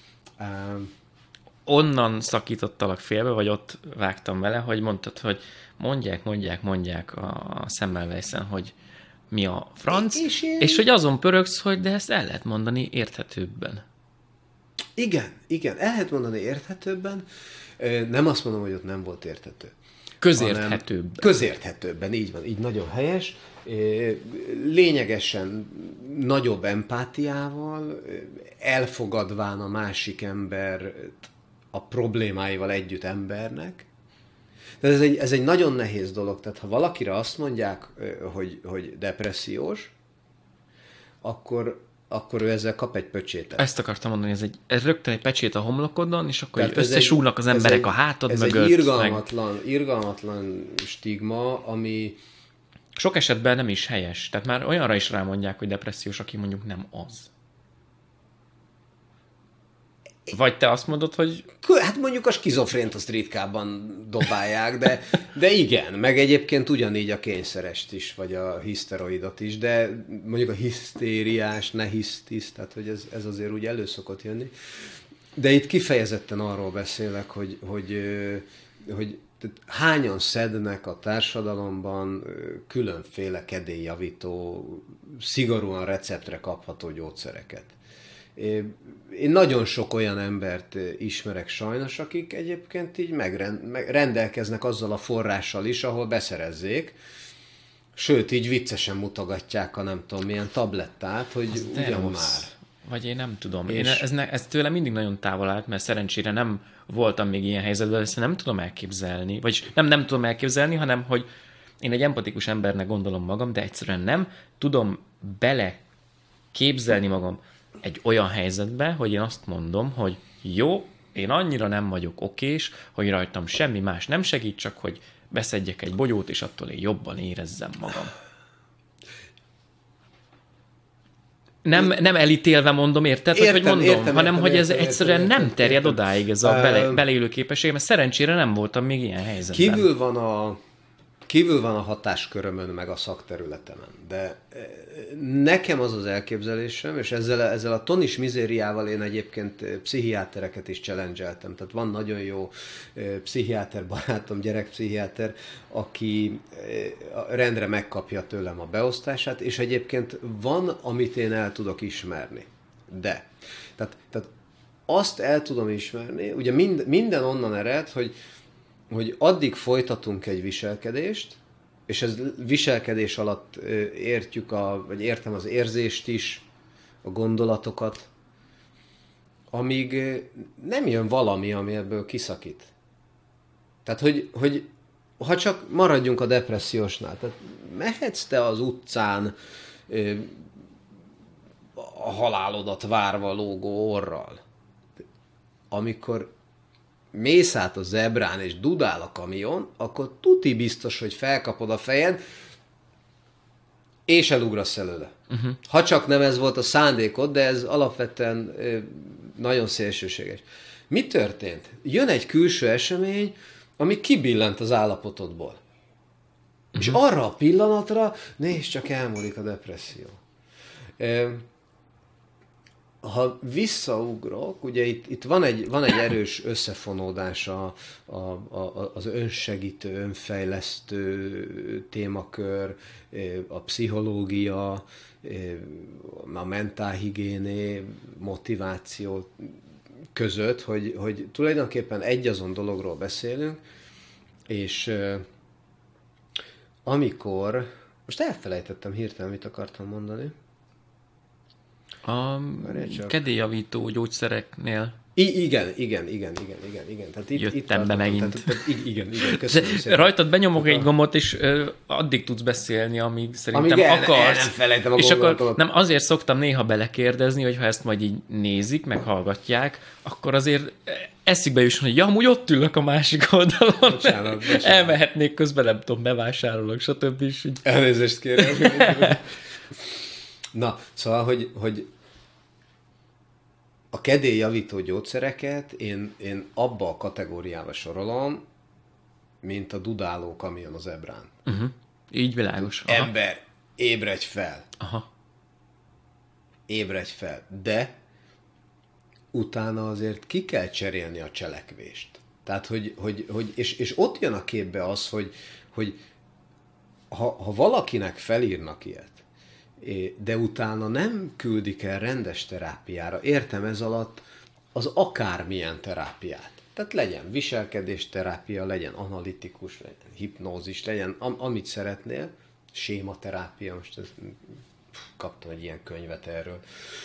Onnan szakítottalak félbe, vagy ott vágtam vele, hogy mondtad, hogy mondják a Semmelweisen, hogy mi a franc, és hogy azon pörögsz, hogy de ezt el lehet mondani érthetőbben. Igen, el lehet mondani érthetőbben. Nem azt mondom, hogy ott nem volt érthető. Közérthetőbben, így van, így nagyon helyes. Lényegesen nagyobb empátiával, elfogadván a másik ember a problémáival együtt embernek. Tehát ez egy nagyon nehéz dolog. Tehát ha valakire azt mondják, hogy depressziós, akkor ő ezzel kap egy pöcsétet. Ezt akartam mondani, ez rögtön egy pecsét a homlokodon, és akkor összesúlnak az emberek a hátad mögött. Ez egy irgalmatlan stigma, ami sok esetben nem is helyes. Tehát már olyanra is rámondják, hogy depressziós, aki mondjuk nem az. Vagy te azt mondod, hogy... Hát mondjuk a skizofrént azt ritkábban dobálják, de igen, meg egyébként ugyanígy a kényszerest is, vagy a hiszteroidot is, de mondjuk a hisztériás, ne hisztisz, tehát hogy ez azért úgy elő szokott jönni. De itt kifejezetten arról beszélek, hogy hányan szednek a társadalomban különféle kedélyjavító, szigorúan receptre kapható gyógyszereket. Én nagyon sok olyan embert ismerek sajnos, akik egyébként így rendelkeznek azzal a forrással is, ahol beszerezzék, sőt, így viccesen mutogatják a nem tudom milyen tablettát, hogy ugyan már. Vagy én nem tudom. Ez tőlem mindig nagyon távol állt, mert szerencsére nem voltam még ilyen helyzetben, ezt nem tudom elképzelni. Vagyis nem tudom elképzelni, hanem hogy én egy empatikus embernek gondolom magam, de egyszerűen nem tudom bele képzelni magam egy olyan helyzetbe, hogy én azt mondom, hogy jó, én annyira nem vagyok okés, hogy rajtam semmi más nem segít, csak hogy beszedjek egy bogyót, és attól én jobban érezzem magam. Nem elítélve mondom, érted? Hanem hogy ez egyszerűen nem terjed odáig ez a beleélő képesség, mert szerencsére nem voltam még ilyen helyzetben. Kívül van a hatáskörömön, meg a szakterületemen, de nekem az elképzelésem, és ezzel a tonis mizériával én egyébként pszichiátereket is challenge-eltem. Tehát van nagyon jó pszichiáter barátom, gyerekpszichiáter, aki rendre megkapja tőlem a beosztását, és egyébként van, amit én el tudok ismerni. De, tehát azt el tudom ismerni, ugye minden onnan ered, hogy addig folytatunk egy viselkedést, és ez viselkedés alatt vagy értem az érzést is, a gondolatokat, amíg nem jön valami, ami ebből kiszakít. Tehát, hogy ha csak maradjunk a depressziósnál, tehát mehetsz te az utcán a halálodat várva lógó orral, amikor mész át a zebrán és dudál a kamion, akkor tuti biztos, hogy felkapod a fejed, és elugrasz előle. Uh-huh. Ha csak nem ez volt a szándékod, de ez alapvetően nagyon szélsőséges. Mi történt? Jön egy külső esemény, ami kibillent az állapotodból. És arra a pillanatra, nézd, csak elmúlik a depresszió. Ha visszaugrok, ugye itt van egy erős összefonódás az önsegítő, önfejlesztő témakör, a pszichológia, a mentálhigiéné, motiváció között, hogy tulajdonképpen egyazon dologról beszélünk, és amikor, most elfelejtettem hirtelen, mit akartam mondani. A kedélyjavító gyógyszereknél. Igen. Tehát jöttem be megint. Igen, köszönöm szépen. Rajtad benyomok egy gombot, és addig tudsz beszélni, amíg szerintem akarsz. Nem felejtem a és gondolatot. akkor nem, azért szoktam néha belekérdezni, hogy ha ezt majd így nézik, meg hallgatják, akkor azért eszükbe jusson, hogy ja, amúgy ott ülök a másik oldalon. Bocsánat. Elmehetnék közben, nem tudom, bevásárolok, stb. Elnézést kérem. Na, szóval, hogy a kedélyjavító gyógyszereket én abba a kategóriába sorolom, mint a dudáló kamion az ebrán. Így világos. Aha. Ember, ébredj fel! Aha. Ébredj fel! De utána azért ki kell cserélni a cselekvést. Tehát, és ott jön a képbe az, hogy ha valakinek felírnak ilyet, de utána nem küldik el rendes terápiára. Értem ez alatt az akármilyen terápiát. Tehát legyen viselkedésterápia, legyen analitikus, legyen hipnózis, legyen amit szeretnél, sématerápia, most kaptam egy ilyen könyvet erről.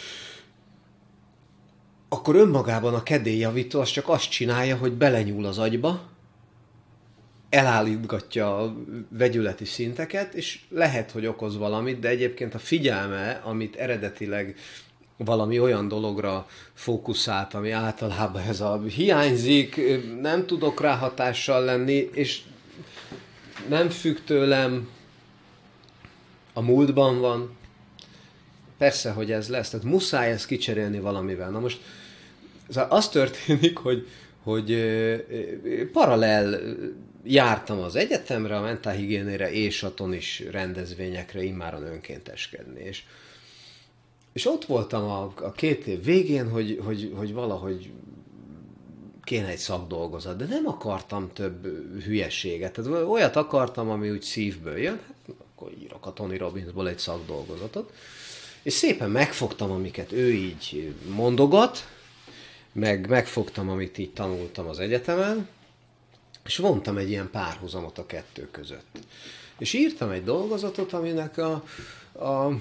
Akkor önmagában a kedélyjavító az csak azt csinálja, hogy belenyúl az agyba, elállítgatja a vegyületi szinteket, és lehet, hogy okoz valamit, de egyébként a figyelme, amit eredetileg valami olyan dologra fókuszált, ami általában ez a hiányzik, nem tudok rá hatással lenni, és nem függ tőlem, a múltban van. Persze, hogy ez lesz, tehát muszáj ezt kicserélni valamivel. Na most az történik, hogy paralel jártam az egyetemre, a mentálhigiénére és a tonis rendezvényekre immáron önkénteskedni. És ott voltam a 2 év végén, hogy valahogy kéne egy szakdolgozat, de nem akartam több hülyeséget. Tehát olyat akartam, ami úgy szívből jön, hát akkor írok a Tony Robbinsból egy szakdolgozatot. És szépen megfogtam, amiket ő így mondogat, megfogtam, amit így tanultam az egyetemen, és vontam egy ilyen párhuzamot a 2 között. És írtam egy dolgozatot, aminek a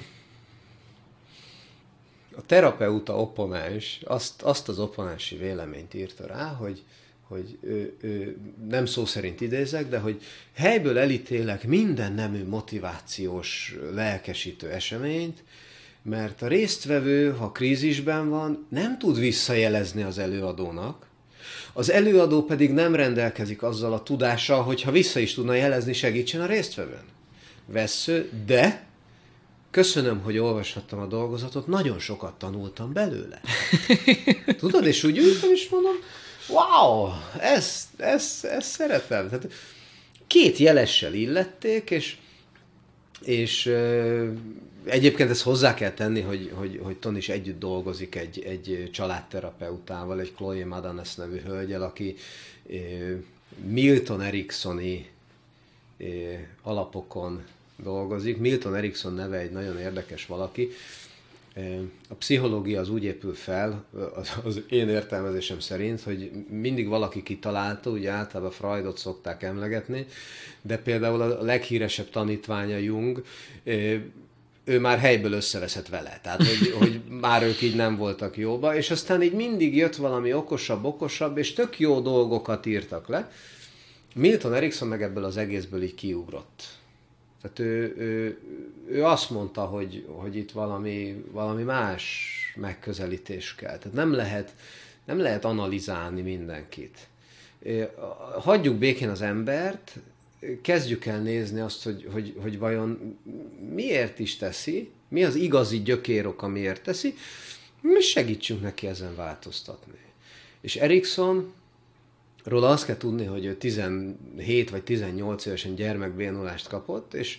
terapeuta opponens azt az opponensi véleményt írta rá, hogy ő nem szó szerint idézek, de hogy helyből elítélek minden nemű motivációs, lelkesítő eseményt, mert a résztvevő, ha krízisben van, nem tud visszajelezni az előadónak, az előadó pedig nem rendelkezik azzal a tudással, hogy ha vissza is tudna jelezni, segítsen a résztvevőn. Vessző, de köszönöm, hogy olvashattam a dolgozatot, nagyon sokat tanultam belőle. Tudod, és úgy ültem, és mondom, wow, ezt szeretem. Tehát 2 jelessel illették, és egyébként ezt hozzá kell tenni, hogy Tony is együtt dolgozik egy családterapeutával, egy Chloe Madanes nevű hölgyel, aki Milton Ericksoni alapokon dolgozik. Milton Erickson neve egy nagyon érdekes valaki. A pszichológia az úgy épül fel, az én értelmezésem szerint, hogy mindig valaki kitalálta, ugye általában Freudot szokták emlegetni, de például a leghíresebb tanítványa Jung, ő már helyből összeveszett vele. Tehát, hogy már ők így nem voltak jóba, és aztán így mindig jött valami okosabb, és tök jó dolgokat írtak le. Milton Erickson meg ebből az egészből így kiugrott. Tehát ő azt mondta, hogy itt valami más megközelítés kell. Tehát nem lehet analizálni mindenkit. Hagyjuk békén az embert, kezdjük el nézni azt, hogy vajon miért is teszi, mi az igazi gyökérok, amiért teszi, és segítsünk neki ezen változtatni. És Erickson róla azt kell tudni, hogy ő 17 vagy 18 évesen gyermekbénulást kapott, és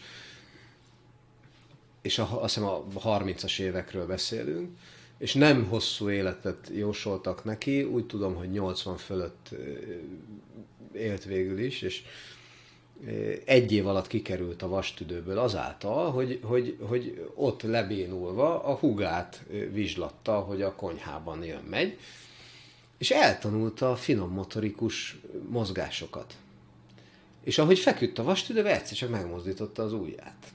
azt hiszem a 30-as évekről beszélünk, és nem hosszú életet jósoltak neki, úgy tudom, hogy 80 fölött élt végül is, és egy év alatt kikerült a vastüdőből azáltal, hogy ott lebénulva a húgát vizslatta, hogy a konyhában jön-megy, és eltanulta a finom motorikus mozgásokat. És ahogy feküdt a vastüdőbe, egyszer csak megmozdította az ujját.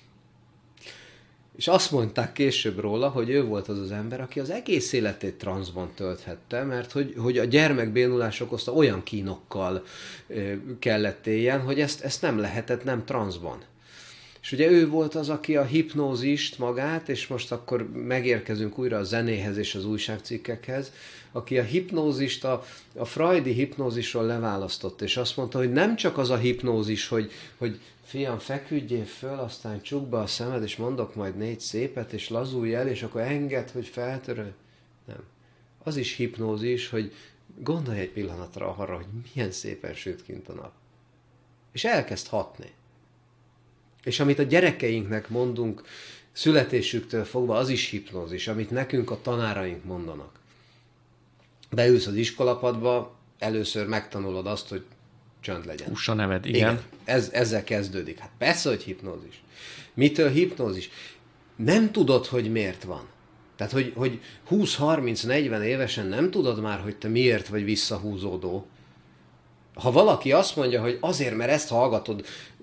És azt mondták később róla, hogy ő volt az az ember, aki az egész életét transzban tölthette, mert hogy a gyermekbénulás okozta olyan kínokkal kellett éljen, hogy ezt nem lehetett nem transzban. És ugye ő volt az, aki a hipnózist magát, és most akkor megérkezünk újra a zenéhez és az újságcikkekhez, aki a hipnózist, a freudi hipnózisról leválasztott, és azt mondta, hogy nem csak az a hipnózis, hogy fiam, feküdjél föl, aztán csukd be a szemed, és mondok majd 4 szépet, és lazulj el, és akkor engedd, hogy feltöröl. Nem. Az is hipnózis, hogy gondolj egy pillanatra arra, hogy milyen szépen süt kint a nap. És elkezd hatni. És amit a gyerekeinknek mondunk születésüktől fogva, az is hipnózis, amit nekünk a tanáraink mondanak. Beülsz az iskolapadba, először megtanulod azt, hogy csönd legyen. Hússa neved, igen. Ezzel kezdődik. Hát persze, hogy hipnózis. Mitől hipnózis? Nem tudod, hogy miért van. Tehát, hogy 20-30-40 évesen nem tudod már, hogy te miért vagy visszahúzódó. Ha valaki azt mondja, hogy azért, mert ezt hallgatod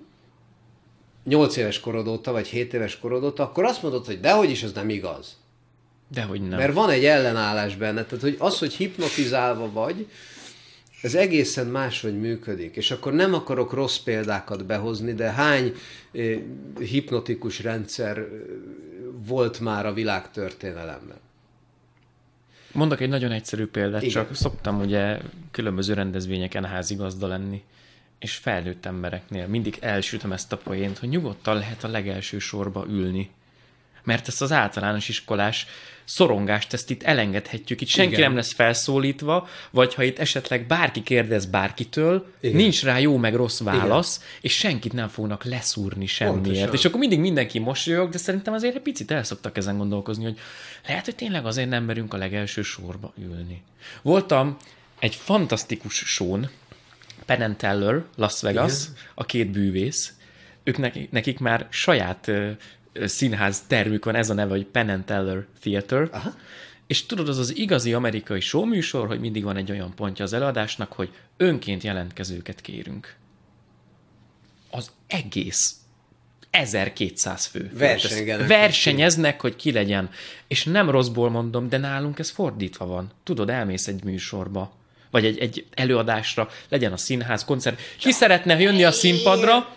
8 éves korod óta, vagy 7 éves korod óta, akkor azt mondod, hogy dehogy is, ez nem igaz. Dehogy nem. Mert van egy ellenállás benne. Tehát, hogy az, hogy hipnotizálva vagy, ez egészen máshogy működik. És akkor nem akarok rossz példákat behozni, de hány hipnotikus rendszer volt már a világtörténelemben? Mondok egy nagyon egyszerű példát, Igen. csak szoktam ugye különböző rendezvényeken házigazda lenni, és felnőtt embereknél mindig elsütöm ezt a poént, hogy nyugodtan lehet a legelső sorba ülni. Mert ezt az általános iskolás szorongást, ezt itt elengedhetjük. Itt senki nem lesz felszólítva, vagy ha itt esetleg bárki kérdez bárkitől, nincs rá jó meg rossz válasz, és senkit nem fognak leszúrni semmiért. Pontosan. És akkor mindig mindenki mosolyog, de szerintem azért egy picit el szoktak ezen gondolkozni, hogy lehet, hogy tényleg azért nem merünk a legelső sorba ülni. Voltam egy fantasztikus shown, Penn and Teller, Las Vegas, a 2 bűvész. Ők nekik már saját színház termük van, ez a neve, hogy Penn and Teller Theater. Aha. És tudod, az az igazi amerikai showműsor, hogy mindig van egy olyan pontja az előadásnak, hogy önként jelentkezőket kérünk. Az egész 1200 fő. Versenyeznek, hogy ki legyen. És nem rosszból mondom, de nálunk ez fordítva van. Tudod, elmész egy műsorba, vagy egy előadásra, legyen a színház, koncert. Ki szeretne jönni a színpadra,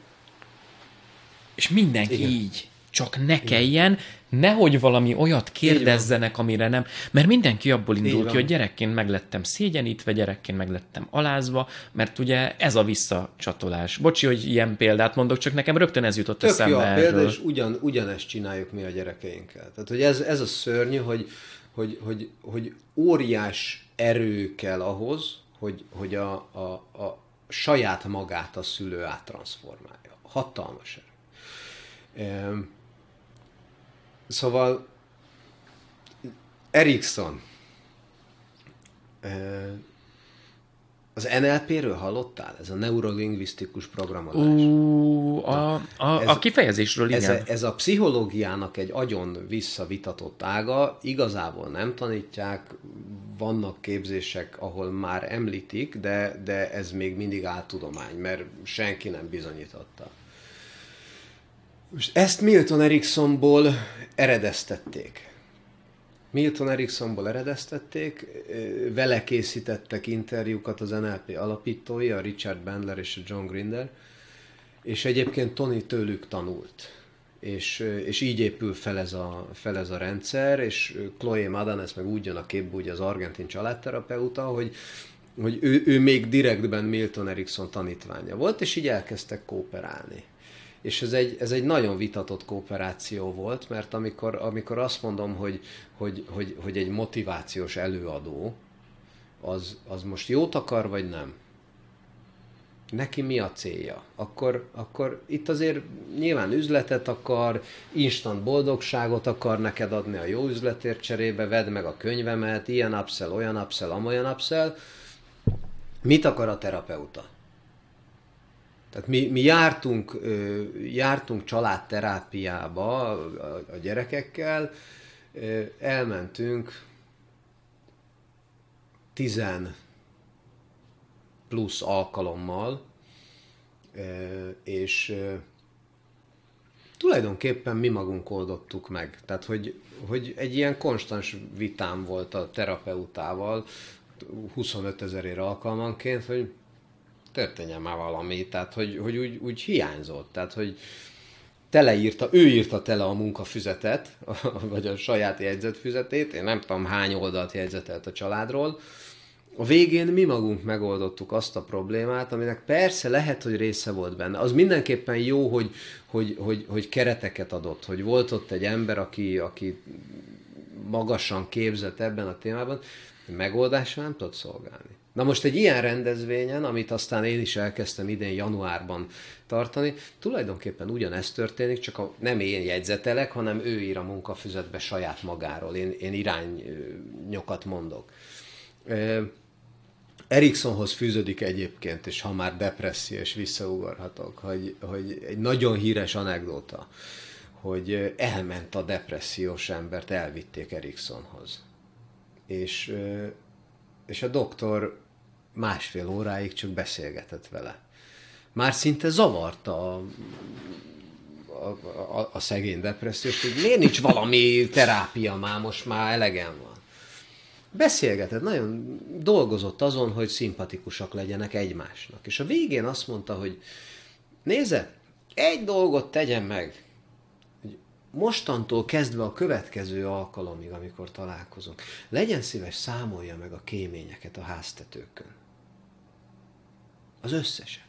és mindenki így. Csak ne kelljen, nehogy valami olyat kérdezzenek, amire nem. Mert mindenki abból indul ki, hogy gyerekként meglettem szégyenítve, gyerekként meglettem alázva, mert ugye ez a visszacsatolás. Bocsi, hogy ilyen példát mondok, csak nekem rögtön ez jutott eszembe erről. Tök jó a példa, és ugyanezt csináljuk mi a gyerekeinkkel. Tehát, hogy ez a szörnyű, hogy óriás erő kell ahhoz, hogy a saját magát a szülő áttranszformálja. Hatalmas erő. Szóval Erikson, az NLP-ről hallottál? Ez a neurolingvisztikus programozás. A kifejezésről, igen. Ez a pszichológiának egy agyon visszavitatott ága, igazából nem tanítják, vannak képzések, ahol már említik, de ez még mindig áltudomány, mert senki nem bizonyította. Most ezt Milton Ericksonból eredeztették. Vele készítettek interjúkat az NLP alapítói, a Richard Bandler és a John Grinder, és egyébként Tony tőlük tanult. És így épül fel ez a rendszer, és Chloe Madanes meg úgy jön a képbe, ugye az argentin családterapeuta, hogy ő még direktben Milton Erickson tanítványa volt, és így elkezdtek kooperálni. És ez egy nagyon vitatott kooperáció volt, mert amikor azt mondom, hogy egy motivációs előadó, az most jót akar, vagy nem? Neki mi a célja? Akkor itt azért nyilván üzletet akar, instant boldogságot akar neked adni a jó üzletért cserébe, vedd meg a könyvemet, ilyen upsell, olyan upsell, amolyan upsell. Mit akar a terapeuta? Tehát mi jártunk családterápiába a gyerekekkel, elmentünk 10 plusz alkalommal, és tulajdonképpen mi magunk oldottuk meg. Tehát, hogy egy ilyen konstans vitám volt a terapeutával, 25 000 alkalmanként, hogy történjen már valami, tehát, hogy úgy hiányzott. Tehát, hogy ő írta tele a munkafüzetet, vagy a saját jegyzetfüzetét, én nem tudom hány oldalt jegyzetelt a családról. A végén mi magunk megoldottuk azt a problémát, aminek persze lehet, hogy része volt benne. Az mindenképpen jó, hogy kereteket adott, hogy volt ott egy ember, aki magasan képzett ebben a témában, megoldásra nem tudott szolgálni. Na most egy ilyen rendezvényen, amit aztán én is elkezdtem idén januárban tartani, tulajdonképpen ugyanezt történik, csak nem én jegyzetelek, hanem ő ír a munkafüzetbe saját magáról. Én irányokat mondok. Eriksonhoz fűződik egyébként, és ha már depresszió, és visszaugorhatok, hogy egy nagyon híres anekdóta, hogy elment a depressziós embert, elvitték Eriksonhoz. És a doktor 1,5 óráig csak beszélgetett vele. Már szinte zavarta a szegény depressziós, hogy miért nincs valami terápia már, most már elegem van. Beszélgetett, nagyon dolgozott azon, hogy szimpatikusak legyenek egymásnak. És a végén azt mondta, hogy nézze, egy dolgot tegyen meg, hogy mostantól kezdve a következő alkalomig, amikor találkozunk, legyen szíves, számolja meg a kéményeket a háztetőkön. Az összeset.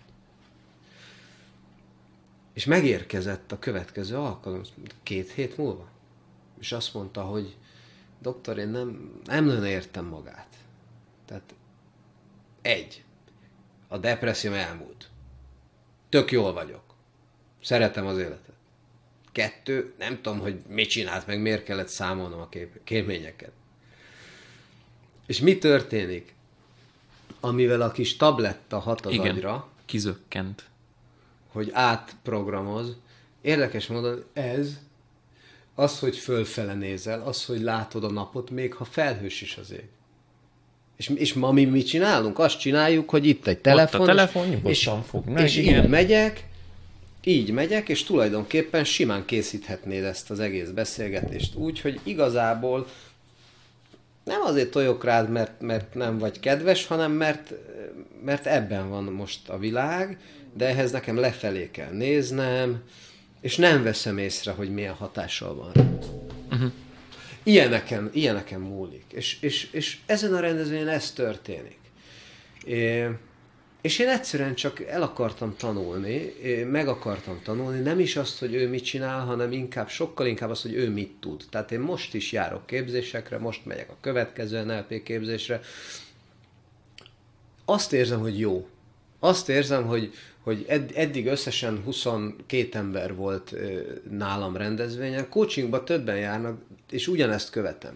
És megérkezett a következő alkalom, 2 hét múlva. És azt mondta, hogy doktor, én nem nagyon értem magát. Tehát 1. A depresszióm elmúlt. Tök jól vagyok. Szeretem az életet. 2. Nem tudom, hogy mit csinált, meg miért kellett számolnom a kéményeket. És mi történik? Amivel a kis tabletta hat az agyra, kizökkent. hogy átprogramoz. Érdekes módon ez, az, hogy fölfele nézel, az, hogy látod a napot, még ha felhős is az ég. És ma mi mit csinálunk? Azt csináljuk, hogy itt egy telefon, ott a telefon nyugodtan fog meg. És így megyek, és tulajdonképpen simán készíthetnéd ezt az egész beszélgetést úgy, hogy igazából nem azért toljok rád, mert nem vagy kedves, hanem mert ebben van most a világ, de ehhez nekem lefelé kell néznem, és nem veszem észre, hogy milyen hatással van. Uh-huh. Ilyeneken múlik. És ezen a rendezvényen ez történik. És én egyszerűen csak el akartam tanulni, meg akartam tanulni, nem is azt, hogy ő mit csinál, hanem sokkal inkább azt, hogy ő mit tud. Tehát én most is járok képzésekre, most megyek a következő NLP képzésre. Azt érzem, hogy jó. Azt érzem, hogy eddig összesen 22 ember volt nálam rendezvényen, coachingba többen járnak, és ugyanezt követem.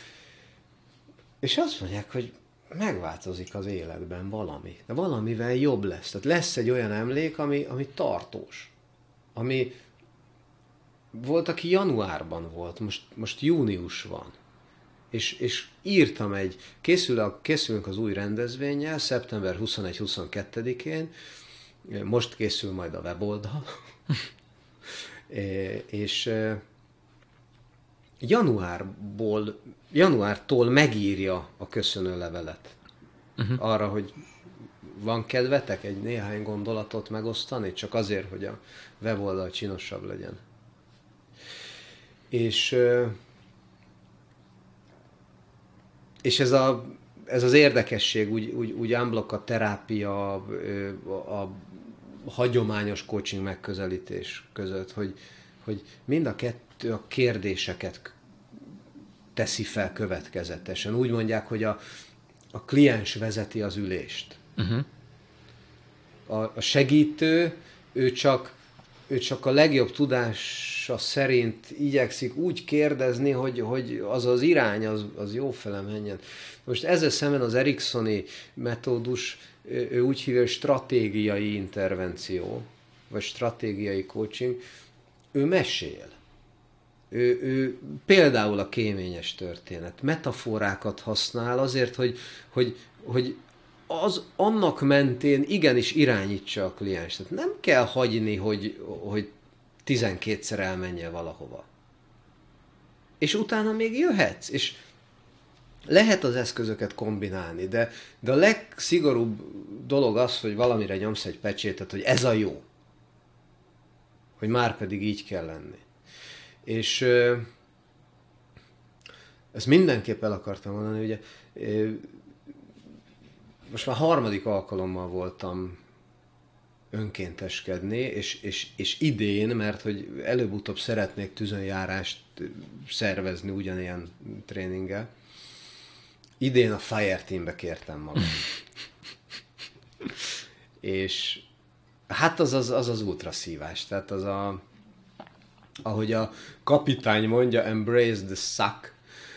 És azt mondják, hogy megváltozik az életben valami. De valamivel jobb lesz. Tehát lesz egy olyan emlék, ami tartós. Ami volt, aki januárban volt, most június van. És írtam készülünk az új rendezvénnyel, szeptember 21-22-én, most készül majd a weboldal, és januártól megírja a köszönőlevelet. Uh-huh. Arra, hogy van kedvetek egy néhány gondolatot megosztani, csak azért, hogy a weboldal csinosabb legyen. És ez az érdekesség, úgy unblock a terápia, a hagyományos coaching megközelítés között, hogy mind a kettő a kérdéseket teszi fel következetesen. Úgy mondják, hogy a a kliens vezeti az ülést. A segítő, ő csak a legjobb tudása szerint igyekszik úgy kérdezni, hogy az irány, az jó fele menjen. Most ezzel szemben az eriksoni metódus, ő úgy hívja, hogy stratégiai intervenció, vagy stratégiai coaching, ő mesél. Ő például a kéményes történet, metaforákat használ azért, hogy az annak mentén igenis irányítsa a kliens. Tehát nem kell hagyni, hogy 12-szer elmenjen valahova. És utána még jöhetsz, és lehet az eszközöket kombinálni, de a legszigorúbb dolog az, hogy valamire nyomsz egy pecsétet, hogy ez a jó. Hogy már pedig így kell lenni. És ezt mindenképp el akartam mondani, ugye most már 3. alkalommal voltam önkénteskedni, és idén, mert hogy előbb-utóbb szeretnék tűzönjárást szervezni ugyanilyen tréninggel, idén a Fireteambe kértem magam. És hát az ultraszívás, tehát ahogy a kapitány mondja, embrace the suck,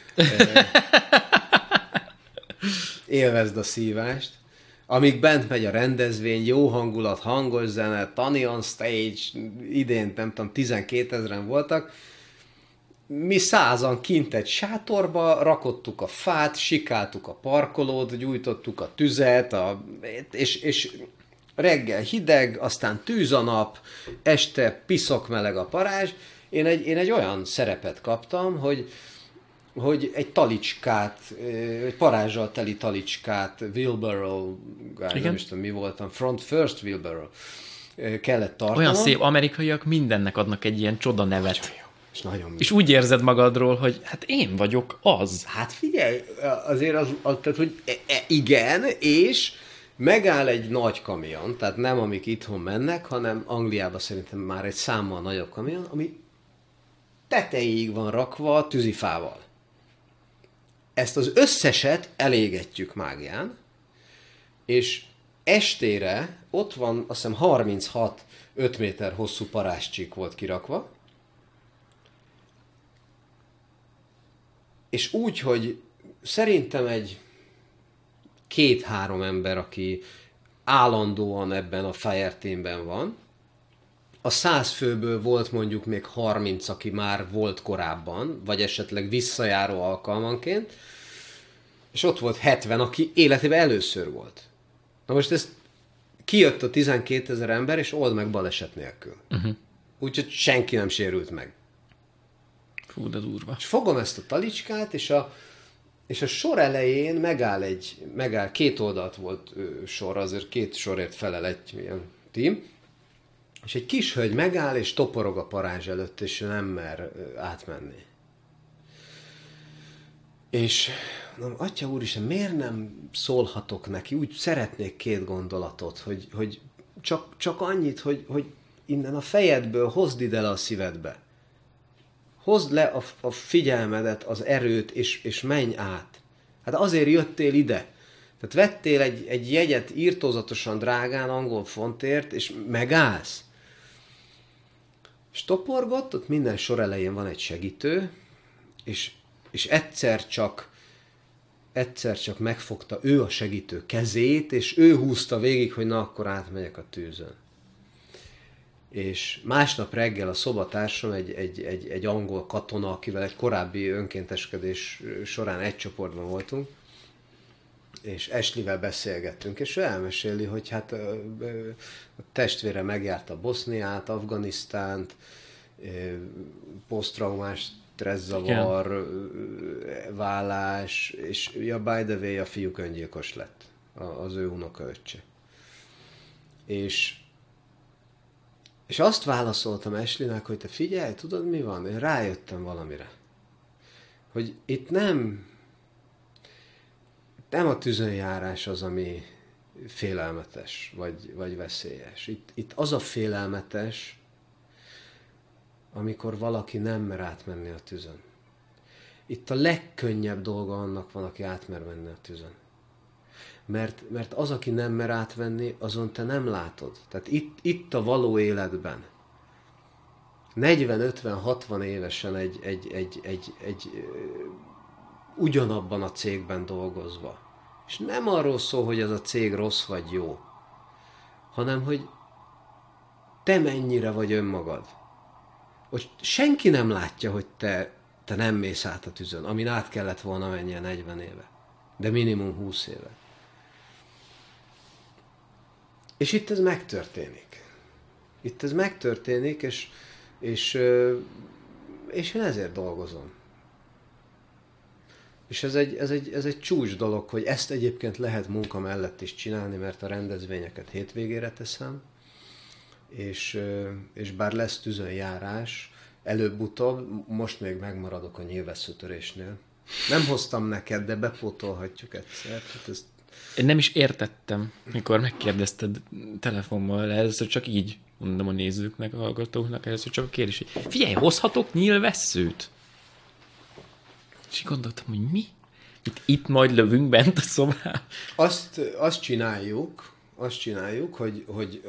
élvezd a szívást, amíg bent megy a rendezvény, jó hangulat, hangos zene, Tani on stage, idén nem tudom, 12 000 voltak, mi 100-an kint egy sátorba, rakottuk a fát, sikáltuk a parkolót, gyújtottuk a tüzet, és reggel hideg, aztán tűz a nap, este piszok meleg a parázs. Én egy olyan szerepet kaptam, hogy egy talicskát, egy parázsal teli talicskát, wheelbarrow, nem is tudom mi voltam, first wheelbarrow kellett tartanom. Olyan szép, amerikaiak mindennek adnak egy ilyen csoda nevet. Nagyon jó. És úgy érzed magadról, hogy hát én vagyok az. Hát figyelj, azért tehát, hogy igen, és megáll egy nagy kamion, tehát nem amik itthon mennek, hanem Angliában szerintem már egy számmal nagyobb kamion, ami tetejéig van rakva tűzifával. Ezt az összeset elégetjük mágián, és estére ott van, azt hiszem 36 5 méter hosszú parázscsík volt kirakva, és úgy, hogy szerintem egy 2-3 ember, aki állandóan ebben a Fireteamben van, a 100 főből volt mondjuk még 30, aki már volt korábban, vagy esetleg visszajáró alkalmanként, és ott volt 70, aki életében először volt. Na most ez kijött a 12 000 ember, és old meg baleset nélkül. Úgyhogy senki nem sérült meg. Fú, de durva. És fogom ezt a talicskát, és a sor elején megáll 2 oldalt volt sor, azért 2 sorért felel egy ilyen tím, és egy kis hölgy megáll, és toporog a parázs előtt, és nem mer átmenni. És mondom, Atya Úristen, miért nem szólhatok neki? Úgy szeretnék 2 gondolatot, hogy csak annyit, hogy innen a fejedből hozd ide le a szívedbe. Hozd le a figyelmedet, az erőt, és menj át. Hát azért jöttél ide. Tehát vettél egy jegyet írtózatosan drágán angol fontért, és megállsz. És toporgott, ott minden sor elején van egy segítő, és egyszer csak megfogta ő a segítő kezét, és ő húzta végig, hogy na, akkor átmegyek a tűzön. És másnap reggel a szobatársam egy angol katona, akivel egy korábbi önkénteskedés során egy csoportban voltunk, és Ashley-vel beszélgettünk, és ő elmeséli, hogy hát a testvére megjárta Boszniát, Afganisztánt, posztraumás stresszavar, vállás, és by the way, a fiúk öngyilkos lett, az ő unokaöccse. És azt válaszoltam Ashley-nek, hogy te figyelj, tudod mi van? Én rájöttem valamire. Hogy itt nem a tűzönjárás az, ami félelmetes, vagy veszélyes. Itt az a félelmetes, amikor valaki nem mer átmenni a tűzön. Itt a legkönnyebb dolga annak van, aki átmer menni a tűzön. mert az, aki nem mer átvenni, azon te nem látod. Tehát itt a való életben 40-50-60 évesen egy ugyanabban a cégben dolgozva. És nem arról szól, hogy ez a cég rossz vagy jó, hanem hogy te mennyire vagy önmagad. Hogy senki nem látja, hogy te nem mész át a tüzön, amin át kellett volna mennie 40 éve. De minimum 20 éve. És itt ez megtörténik. Itt ez megtörténik, és én ezért dolgozom. És ez egy csúcs dolog, hogy ezt egyébként lehet munka mellett is csinálni, mert a rendezvényeket hétvégére teszem, és bár lesz tüzönjárás, előbb-utóbb, most még megmaradok a nyilvesszőtörésnél. Nem hoztam neked, de bepótolhatjuk egyszer. Hát ezt... Én nem is értettem, mikor megkérdezted telefonmal, először csak így mondom a nézőknek, a hallgatóknak, először csak a kérdés, hogy figyelj, hozhatok nyílvesszőt? És gondoltam, hogy mi? Itt majd lövünk bent a szobában. Azt csináljuk, hogy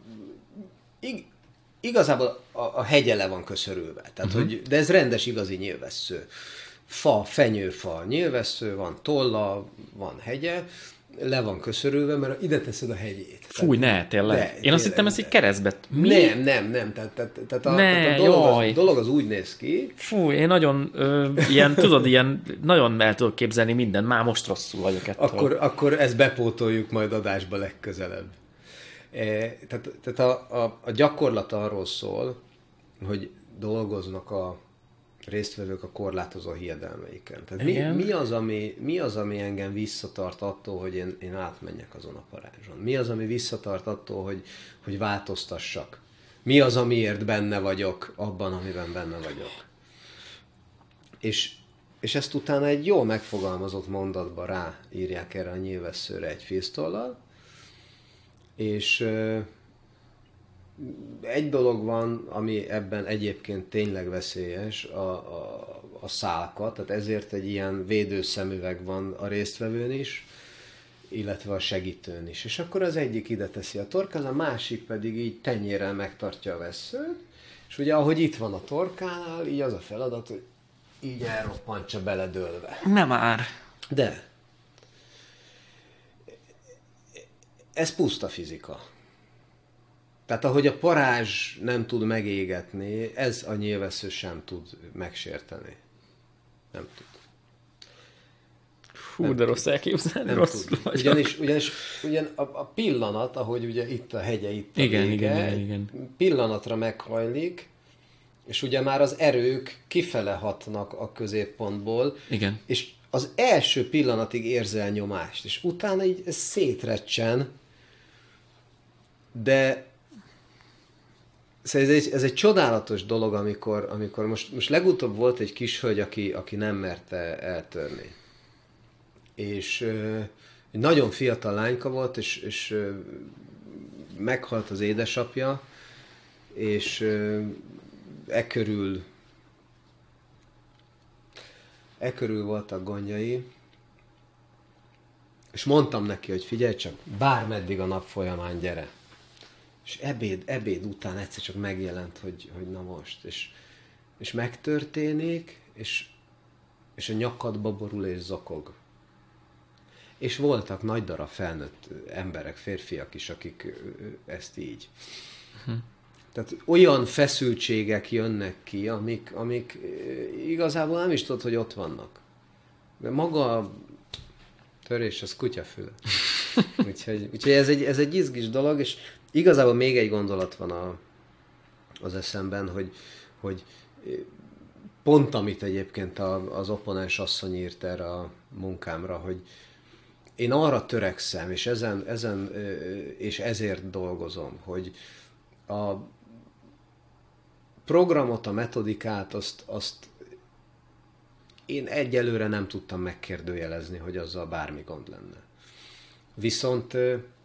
igazából a hegye le van köszörülve. Tehát, de ez rendes, igazi nyílvessző. Fenyőfa, nyílvessző, van tolla, van hegye, le van köszörülve, mert ide teszed a hegyét. Fúj, ne, tényleg. Én azt hittem, ez egy keresztbe. Mi? Nem. Tehát a dolog az úgy néz ki. Fúj, én nagyon ilyen, nagyon el tudok képzelni minden, már most rosszul vagyok ettől. Akkor ezt bepótoljuk majd adásba legközelebb. Tehát a gyakorlat arról szól, hogy dolgoznak a résztvevők a korlátozó hiedelmeiken. Tehát mi az, ami engem visszatart attól, hogy én átmenjek azon a parázson? Mi az, ami visszatart attól, hogy változtassak? Mi az, amiért benne vagyok abban, amiben benne vagyok? És ezt utána egy jól megfogalmazott mondatba ráírják erre a nyílvesszőre egy félsztollal, és egy dolog van, ami ebben egyébként tényleg veszélyes, a szálka, tehát ezért egy ilyen védőszemüveg van a résztvevőn is, illetve a segítőn is. És akkor az egyik ide teszi a torkán, a másik pedig így tenyérrel megtartja a vesszőt, és ugye ahogy itt van a torkánál, így az a feladat, hogy így elroppantsa beledőlve. Nem már. De. Ez puszta fizika. Tehát ahogy a parázs nem tud megégetni, ez a nyílvessző sem tud megsérteni. Nem tud. Hú, nem de rossz elképzelni, rossz vagyok. Ugyanis a pillanat, ahogy ugye itt a hegye, itt a igen. pillanatra meghajlik, és ugye már az erők kifele hatnak a középpontból, igen. És az első pillanatig érzel nyomást, és utána így ez szétrecsen, de szóval ez egy csodálatos dolog, amikor most legutóbb volt egy kis hölgy, aki nem merte eltörni. És egy nagyon fiatal lányka volt, és meghalt az édesapja, és e körül voltak gondjai, és mondtam neki, hogy figyelj csak, bármeddig a nap folyamán gyere. És ebéd után egyszer csak megjelent, hogy na most. És megtörténik, és a nyakadba borul és zokog. És voltak nagy darab felnőtt emberek, férfiak is, akik ezt így. Tehát olyan feszültségek jönnek ki, amik igazából nem is tudod, hogy ott vannak. De maga a törés, az kutyafüle. Úgyhogy ez egy izgis dolog, és igazából még egy gondolat van az eszemben, hogy pont amit egyébként az opponens asszony írt erre a munkámra, hogy én arra törekszem, és és ezért dolgozom, hogy a programot, a metodikát, azt én egyelőre nem tudtam megkérdőjelezni, hogy azzal bármi gond lenne. Viszont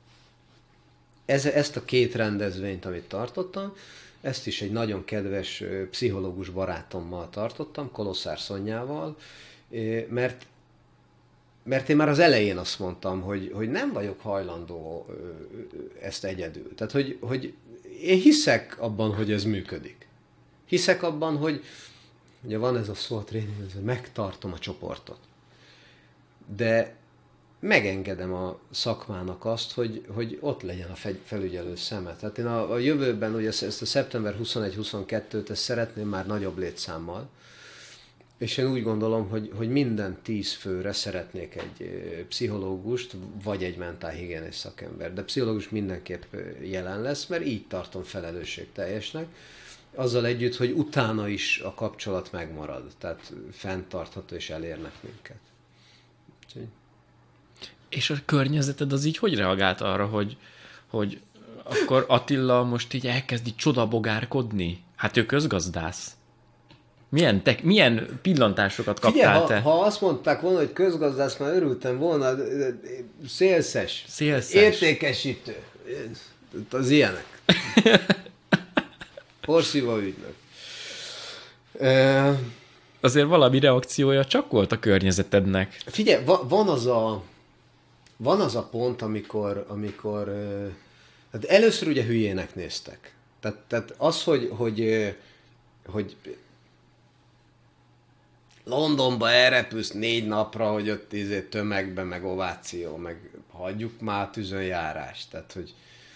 ezt a 2 rendezvényt, amit tartottam, ezt is egy nagyon kedves pszichológus barátommal tartottam, Kolosszár Szonyával, mert mert én már az elején azt mondtam, hogy nem vagyok hajlandó ezt egyedül. Tehát, hogy én hiszek abban, hogy ez működik. Hiszek abban, hogy ugye van ez a szó a tréning, hogy megtartom a csoportot. De megengedem a szakmának azt, hogy ott legyen a felügyelő szeme. Tehát én a jövőben, ugye ezt a szeptember 21-22-t ezt szeretném már nagyobb létszámmal, és én úgy gondolom, hogy minden 10 főre szeretnék egy pszichológust, vagy egy mentálhigiénés szakember. De pszichológus mindenképp jelen lesz, mert így tartom felelősségteljesnek. Azzal együtt, hogy utána is a kapcsolat megmarad. Tehát fenntartható és elérnek minket. Úgyhogy... És a környezeted az így hogy reagált arra, hogy akkor Attila most így elkezdi csodabogárkodni? Hát ő közgazdász. Milyen pillantásokat kaptál te? Ha azt mondták volna, hogy közgazdász, már örültem volna, szélszes. Értékesítő. Az ilyenek. Porszíva ügynök. Azért valami reakciója csak volt a környezetednek. Figyelj, van az a pont, amikor hát először ugye hülyének néztek. Tehát az, hogy Londonba elrepülsz 4 napra, hogy ott tömegben, meg ováció, meg hagyjuk már tűzönjárást. Tehát, hogy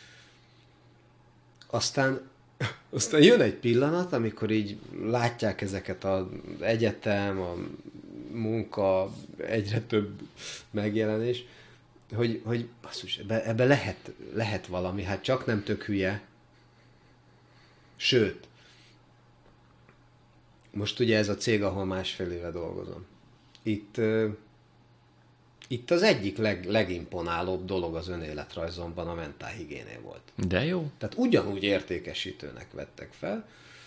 aztán jön egy pillanat, amikor így látják ezeket az egyetem, a munka, egyre több megjelenés, hogy basszus, ebbe lehet valami, hát csak nem tök hülye. Sőt, most ugye ez a cég, ahol 1,5 éve dolgozom. Itt az egyik legimponálóbb dolog az önéletrajzomban a mentálhigiéné volt. De jó. Tehát ugyanúgy értékesítőnek vettek fel,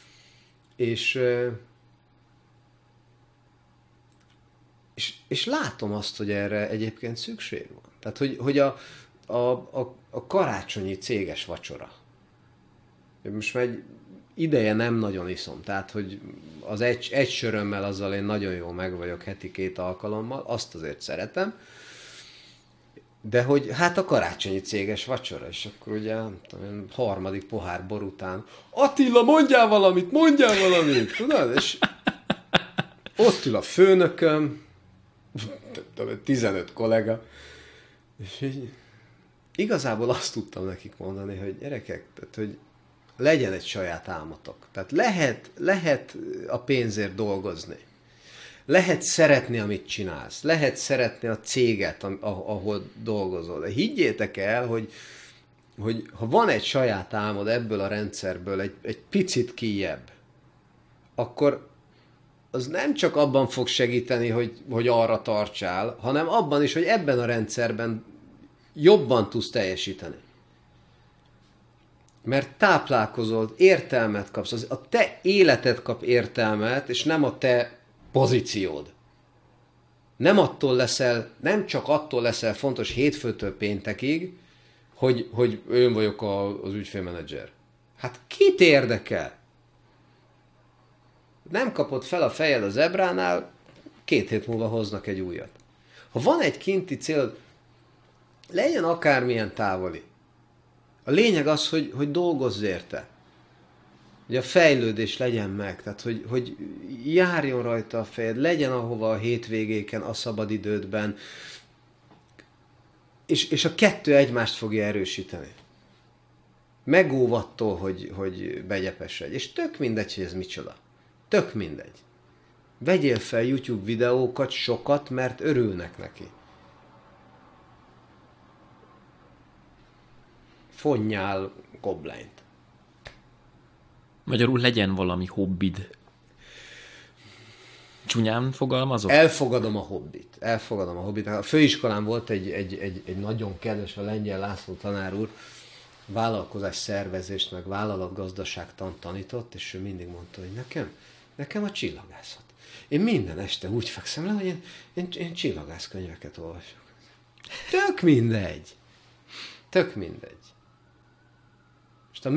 és látom azt, hogy erre egyébként szükség van. Tehát, hogy a karácsonyi céges vacsora. Most már egy ideje nem nagyon iszom, tehát, hogy az egy sörömmel azzal én nagyon jól meg vagyok heti 2 alkalommal, azt azért szeretem, de hogy hát a karácsonyi céges vacsora, és akkor ugye tudom, 3. pohár bor után Attila, mondjál valamit, tudod? És ott ül a főnököm, 15 kollega, és így igazából azt tudtam nekik mondani, hogy gyerekek, tehát, hogy legyen egy saját álmotok. Tehát lehet a pénzért dolgozni. Lehet szeretni, amit csinálsz. Lehet szeretni a céget, ahol dolgozol. De higgyétek el, hogy ha van egy saját álmod ebből a rendszerből egy picit kijebb, akkor az nem csak abban fog segíteni, hogy arra tartsál, hanem abban is, hogy ebben a rendszerben jobban tudsz teljesíteni. Mert táplálkozol, értelmet kapsz, a te életed kap értelmet, és nem a te pozíciód. Nem csak attól leszel fontos hétfőtől péntekig, hogy én vagyok az ügyfélmenedzser. Hát kit érdekel? Nem kapod fel a fejed a zebránál, 2 hét múlva hoznak egy újat. Ha van egy kinti cél, legyen akármilyen távoli. A lényeg az, hogy dolgozz érte. Hogy a fejlődés legyen meg, tehát hogy járjon rajta a fejed, legyen ahova a hétvégéken, a szabadidődben, és a 2 egymást fogja erősíteni. Megóv attól, hogy begyepesedj. És tök mindegy, hogy ez micsoda. Tök mindegy. Vegyél fel YouTube videókat sokat, mert örülnek neki. Fonnyál goblányt. Magyarul legyen valami hobbid. Csúnyán fogalmazok? Elfogadom a hobbit. A főiskolán volt egy nagyon kedves, a Lengyel László tanár úr, vállalkozás szervezést, meg vállalatgazdaságtant tanított, és ő mindig mondta, hogy nekem a csillagászat. Én minden este úgy fekszem le, hogy én csillagászkönyveket olvasok. Tök mindegy. Most a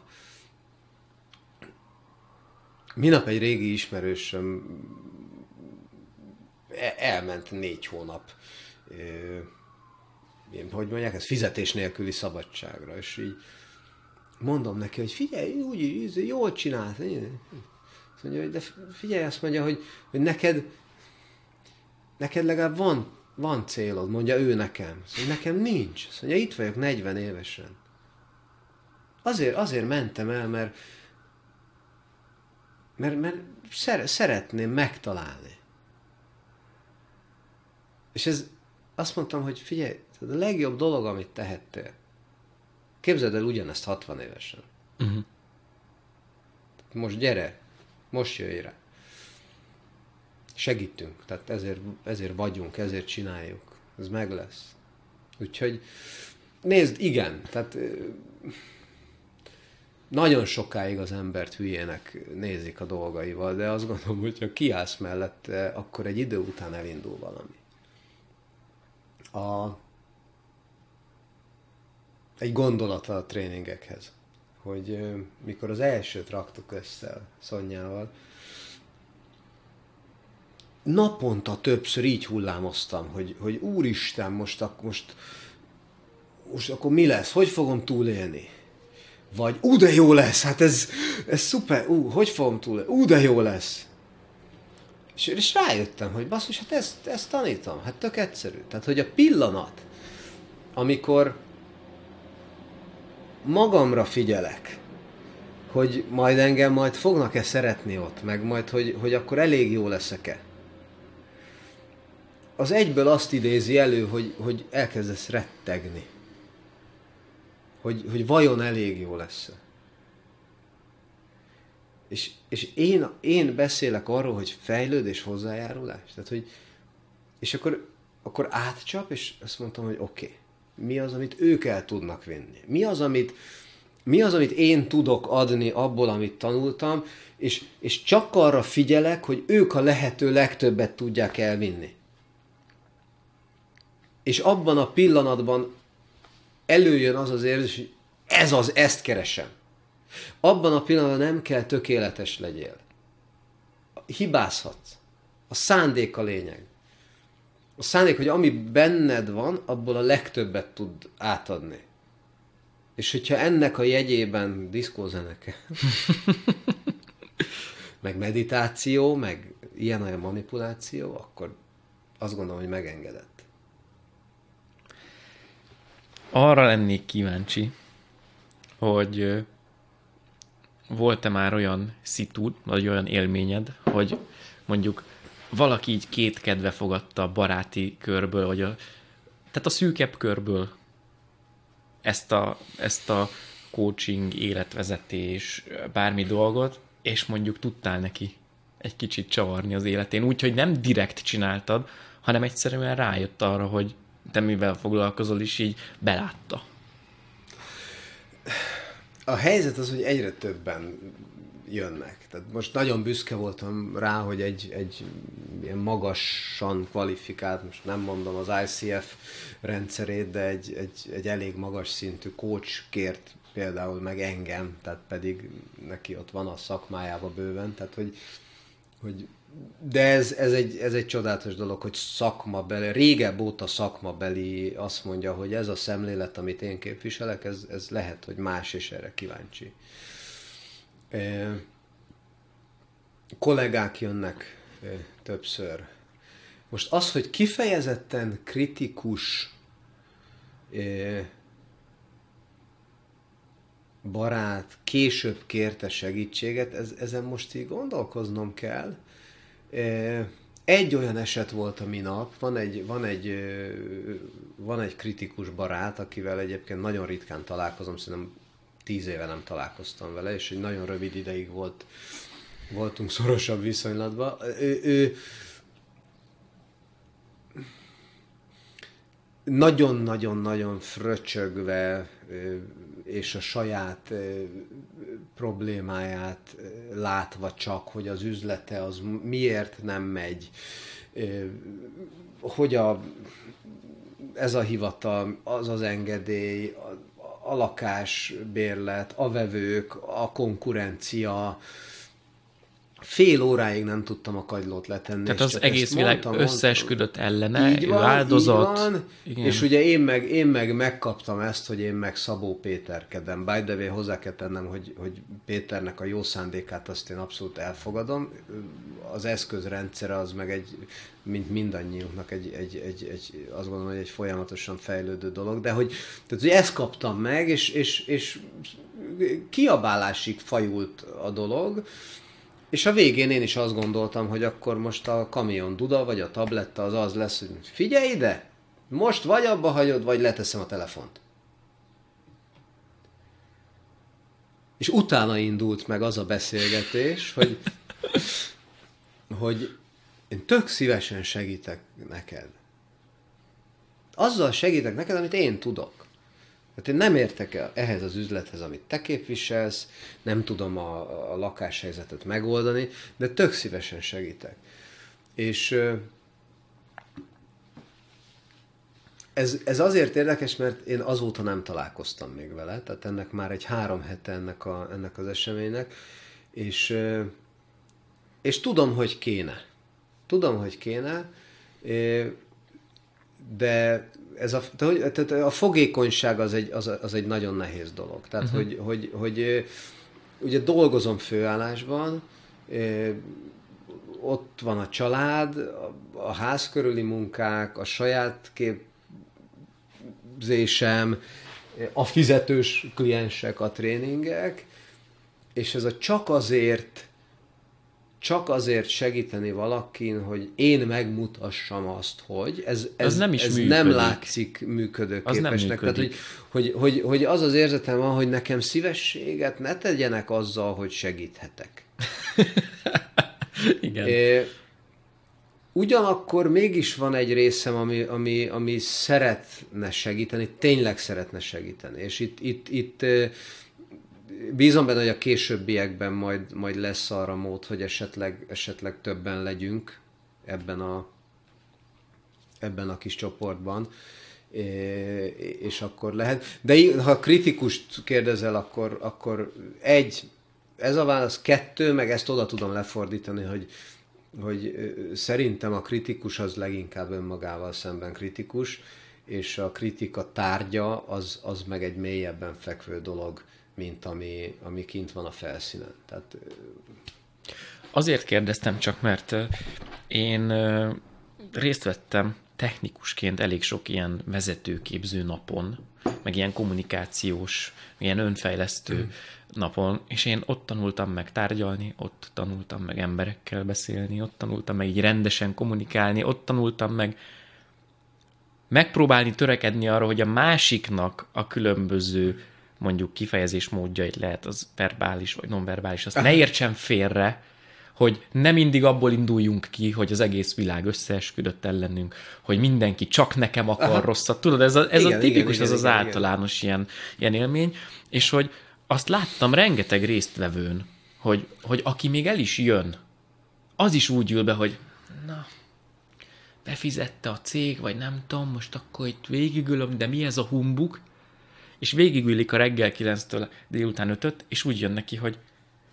minap egy régi ismerősöm elment 4 hónap hogy mondják, ez fizetés nélküli szabadságra, és így mondom neki, hogy figyelj, úgy jól csinált. Azt mondja, hogy de figyelj, azt mondja, hogy neked legalább van célod, mondja ő nekem. Azt mondja, nekem nincs. Azt mondja, itt vagyok 40 évesen. Azért mentem el, mert szeretném megtalálni. És ez azt mondtam, hogy figyelj, a legjobb dolog, amit tehettél. Képzeld el ugyanezt 60 évesen. Uh-huh. Most gyere, most jöjj rá. Segítünk, tehát ezért vagyunk, ezért csináljuk. Ez meg lesz. Úgyhogy nézd, igen, tehát nagyon sokáig az embert hülyének nézik a dolgaival, de azt gondolom, hogyha kiállsz mellette, akkor egy idő után elindul valami. Egy gondolata a tréningekhez, hogy mikor az elsőt raktuk össze Szonyával, naponta többször így hullámoztam, hogy úristen, most akkor mi lesz? Hogy fogom túlélni? Vagy de jó lesz, hát ez szuper, hogy fogom túlélni? De jó lesz. És rájöttem, hogy basszus, hát ezt tanítom, hát tök egyszerű. Tehát, hogy a pillanat, amikor magamra figyelek, hogy majd engem fognak-e szeretni ott, meg majd, hogy akkor elég jó leszek-e. Az egyből azt idézi elő, hogy elkezdesz rettegni. Hogy vajon elég jó lesz-e. És én beszélek arról, hogy fejlődés, hozzájárulás. Tehát, és akkor átcsap, és azt mondtam, hogy oké. Mi az, amit ők el tudnak vinni? Mi az, amit én tudok adni abból, amit tanultam, és csak arra figyelek, hogy ők a lehető legtöbbet tudják elvinni. És abban a pillanatban előjön az az érzés, hogy ezt keresem. Abban a pillanatban nem kell tökéletes legyél. Hibázhatsz. A szándék a lényeg. A szándék, hogy ami benned van, abból a legtöbbet tud átadni. És hogyha ennek a jegyében diszkózeneke, meg meditáció, meg ilyen-olyan manipuláció, akkor azt gondolom, hogy megengedett. Arra lennék kíváncsi, hogy volt-e már olyan szitud, vagy olyan élményed, hogy mondjuk valaki így kétkedve fogadta a baráti körből, vagy tehát a szűkebb körből ezt a coaching, életvezetés, bármi dolgot, és mondjuk tudtál neki egy kicsit csavarni az életén, úgyhogy nem direkt csináltad, hanem egyszerűen rájött arra, hogy te mivel foglalkozol, és így belátta. A helyzet az, hogy egyre többen jönnek. Tehát most nagyon büszke voltam rá, hogy egy ilyen magasan kvalifikált, most nem mondom az ICF rendszerét, de egy elég magas szintű coach kért például meg engem, tehát pedig neki ott van a szakmájában bőven, tehát hogy de ez egy csodálatos dolog, hogy szakmabeli, régebb óta szakmabeli azt mondja, hogy ez a szemlélet, amit én képviselek, ez lehet, hogy más is erre kíváncsi. Kollégák jönnek többször. Most az, hogy kifejezetten kritikus barát később kérte segítséget, ezen most így gondolkoznom kell. Egy olyan eset volt a minap, van egy kritikus barát, akivel egyébként nagyon ritkán találkozom, szerintem 10 éve nem találkoztam vele, és egy nagyon rövid ideig voltunk szorosabb viszonylatban. Ő nagyon-nagyon-nagyon fröcsögve és a saját problémáját látva csak, hogy az üzlete az miért nem megy, hogy ez a hivatal, az az engedély, a lakásbérlet, a vevők, a konkurencia, fél óráig nem tudtam a kagylót letenni. Tehát az egész világ összeesküdött ellene, így van, áldozat. Így van. És ugye én meg megkaptam ezt, hogy én meg Szabó Péterkedem. By the way, hozzá kell tennem, hogy Péternek a jó szándékát azt én abszolút elfogadom. Az eszközrendszere az meg mint mindannyiunknak azt gondolom, hogy egy folyamatosan fejlődő dolog, de hogy ezt kaptam meg, és kiabálásig fajult a dolog, és a végén én is azt gondoltam, hogy akkor most a kamion duda, vagy a tabletta az lesz, hogy figyelj ide, most vagy abba hagyod, vagy leteszem a telefont. És utána indult meg az a beszélgetés, hogy én tök szívesen segítek neked. Azzal segítek neked, amit én tudok. Hát én nem értek el ehhez az üzlethez, amit te képviselsz, nem tudom a lakáshelyzetet megoldani, de tök szívesen segítek. És ez azért érdekes, mert én azóta nem találkoztam még vele, tehát ennek már egy 3 hete ennek az eseménynek, és tudom, hogy kéne. Tudom, hogy kéne, de a fogékonyság az egy nagyon nehéz dolog. Tehát, hogy ugye dolgozom főállásban, ott van a család, a ház körüli munkák, a saját képzésem, a fizetős kliensek, a tréningek, és ez a csak azért segíteni valakin, hogy én megmutassam azt, hogy ez nem látszik működőképesnek. Tehát, hogy az érzetem van, hogy nekem szívességet ne tegyenek azzal, hogy segíthetek. Igen. Ugyanakkor mégis van egy részem, ami szeretne segíteni, tényleg szeretne segíteni. És itt bízom benne, hogy a későbbiekben majd lesz arra mód, hogy esetleg többen legyünk ebben a kis csoportban, és akkor lehet. De ha kritikust kérdezel, akkor ez a válasz, 2, meg ezt oda tudom lefordítani, hogy szerintem a kritikus az leginkább önmagával szemben kritikus, és a kritika tárgya az meg egy mélyebben fekvő dolog, mint ami kint van a felszínen. Tehát, azért kérdeztem csak, mert én részt vettem technikusként elég sok ilyen vezetőképző napon, meg ilyen kommunikációs, ilyen önfejlesztő napon, és én ott tanultam meg tárgyalni, ott tanultam meg emberekkel beszélni, ott tanultam meg így rendesen kommunikálni, ott tanultam meg megpróbálni törekedni arra, hogy a másiknak a különböző mondjuk kifejezés módjait, lehet az verbális vagy nonverbális, azt ne értsen félre, hogy nem mindig abból induljunk ki, hogy az egész világ összeesküdött ellenünk, hogy mindenki csak nekem akar rosszat. Tudod, ez a tipikus, ez az általános ilyen élmény, és hogy azt láttam rengeteg résztvevőn, hogy aki még el is jön, az is úgy ül be, hogy na, befizette a cég, vagy nem tudom, most akkor itt végigülöm, de mi ez a humbuk? És végigülik a reggel 9-től délután 5-öt, és úgy jön neki, hogy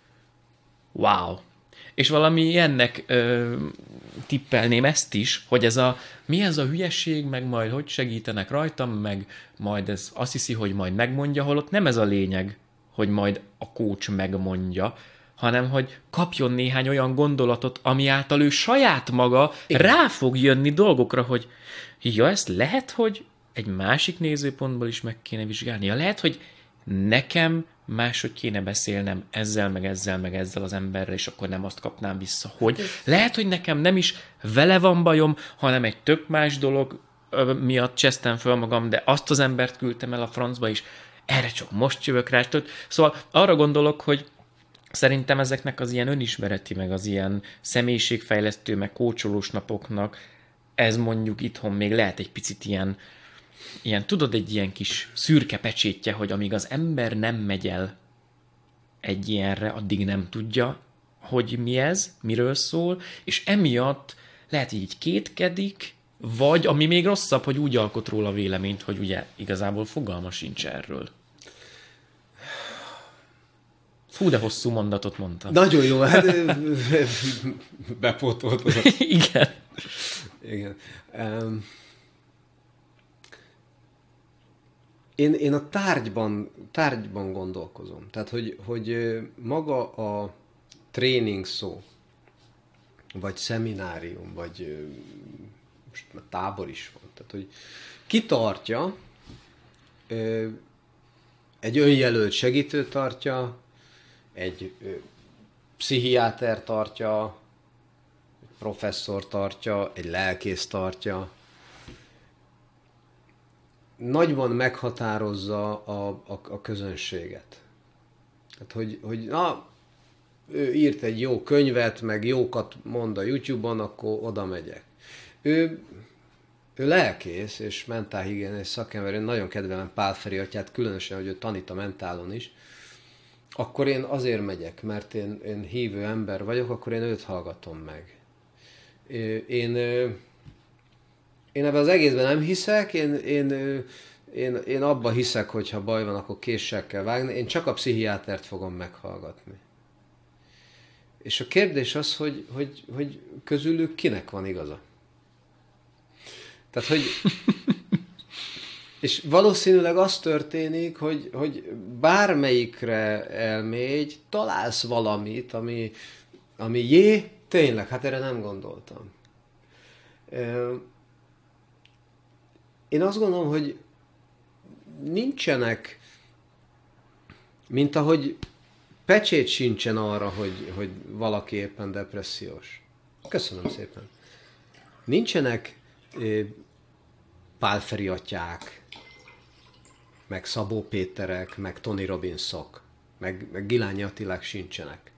wow. És valami ilyennek tippelném ezt is, hogy mi ez a hülyeség, meg majd hogy segítenek rajtam, meg majd ez azt hiszi, hogy majd megmondja, holott nem ez a lényeg, hogy majd a coach megmondja, hanem hogy kapjon néhány olyan gondolatot, ami által ő saját maga rá fog jönni dolgokra, hogy ja, ezt lehet, hogy egy másik nézőpontból is meg kéne vizsgálni. Ja, lehet, hogy nekem máshogy kéne beszélnem ezzel, meg ezzel az emberrel, és akkor nem azt kapnám vissza, hogy lehet, hogy nekem nem is vele van bajom, hanem egy tök más dolog miatt csesztem föl magam, de azt az embert küldtem el a francba is, erre csak most jövök rá. Szóval arra gondolok, hogy szerintem ezeknek az ilyen önismereti, meg az ilyen személyiségfejlesztő, meg kócsolós napoknak ez mondjuk itthon még lehet egy picit ilyen tudod, egy ilyen kis szürke pecsétje, hogy amíg az ember nem megy el egy ilyenre, addig nem tudja, hogy mi ez, miről szól, és emiatt lehet, hogy így kétkedik, vagy ami még rosszabb, hogy úgy alkot róla véleményt, hogy ugye igazából fogalma sincs erről. Hú, de hosszú mondatot mondtam. Nagyon jó, hát bepótoltad. Igen. Igen. Én a tárgyban gondolkozom. Tehát, hogy maga a tréning szó, vagy szeminárium, vagy most már tábor is van. Tehát, hogy ki tartja, egy önjelölt segítő tartja, egy pszichiáter tartja, egy professzor tartja, egy lelkész tartja. Nagyban meghatározza a közönséget. Tehát, hogy na, ő írt egy jó könyvet, meg jókat mond a YouTube-on, akkor oda megyek. Ő lelkész és mentálhigiénés szakember, én nagyon kedvelem Pál Feri atyát, különösen, hogy ő tanít a mentálon is, akkor én azért megyek, mert én hívő ember vagyok, akkor én őt hallgatom meg. Én ebben az egészben nem hiszek, én abba hiszek, hogy ha baj van, akkor késsel kell vágni, én csak a pszichiátert fogom meghallgatni. És a kérdés az, hogy közülük kinek van igaza. Tehát, hogy... És valószínűleg az történik, hogy bármelyikre elmégy, találsz valamit, ami tényleg, hát erre nem gondoltam. Én azt gondolom, hogy nincsenek, mint ahogy pecsét sincsen arra, hogy valaki éppen depressziós. Köszönöm szépen. Nincsenek Pál Feri atyák, meg Szabó Péterek, meg Tony Robbinsok, meg Gilányi Attilák sincsenek.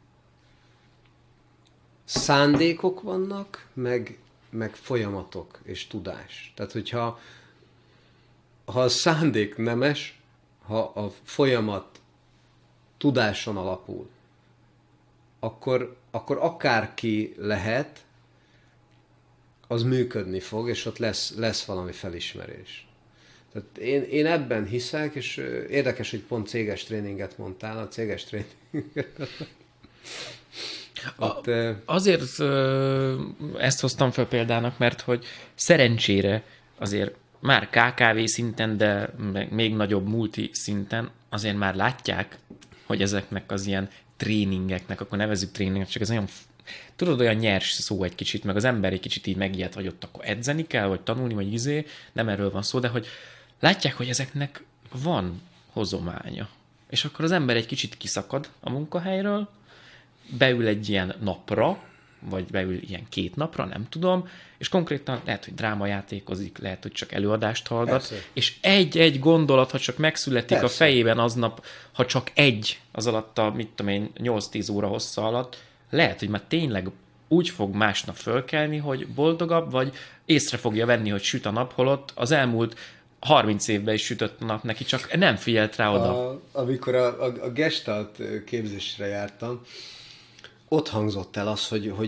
Szándékok vannak, meg folyamatok és tudás. Tehát, hogyha a szándék nemes, ha a folyamat tudáson alapul, akkor akárki lehet, az működni fog, és ott lesz valami felismerés. Tehát én ebben hiszek, és érdekes, hogy pont céges tréninget mondtál, a céges tréninget. Azért ezt hoztam fel példának, mert hogy szerencsére azért már KKV szinten, de még nagyobb multi szinten azért már látják, hogy ezeknek az ilyen tréningeknek, akkor nevezzük tréningnek, csak ez olyan, tudod, olyan nyers szó egy kicsit, meg az ember egy kicsit így megijed, hogy ott akkor edzeni kell, vagy tanulni, vagy nem erről van szó, de hogy látják, hogy ezeknek van hozománya. És akkor az ember egy kicsit kiszakad a munkahelyről, beül egy ilyen napra, vagy beül ilyen 2 napra, nem tudom, és konkrétan lehet, hogy drámajátékozik, lehet, hogy csak előadást hallgat, persze. És egy gondolat, ha csak megszületik persze. A fejében aznap, ha csak egy az alatt a, 8-10 óra hossza alatt, lehet, hogy már tényleg úgy fog másnap fölkelni, hogy boldogabb, vagy észre fogja venni, hogy süt a nap, holott az elmúlt 30 évben is sütött a nap neki, csak nem figyelt rá oda. Amikor a Gestalt képzésre jártam, ott hangzott el az, hogy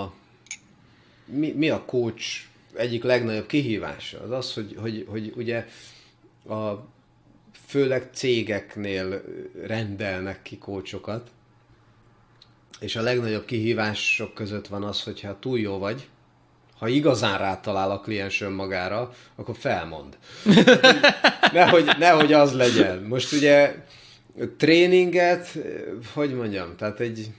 mi a coach egyik legnagyobb kihívása. Az az, hogy ugye főleg cégeknél rendelnek ki coachokat, és a legnagyobb kihívások között van az, hogyha túl jó vagy, ha igazán rátalál a kliens önmagára, akkor felmond. Nehogy az legyen. Most ugye tréninget, hogy mondjam, tehát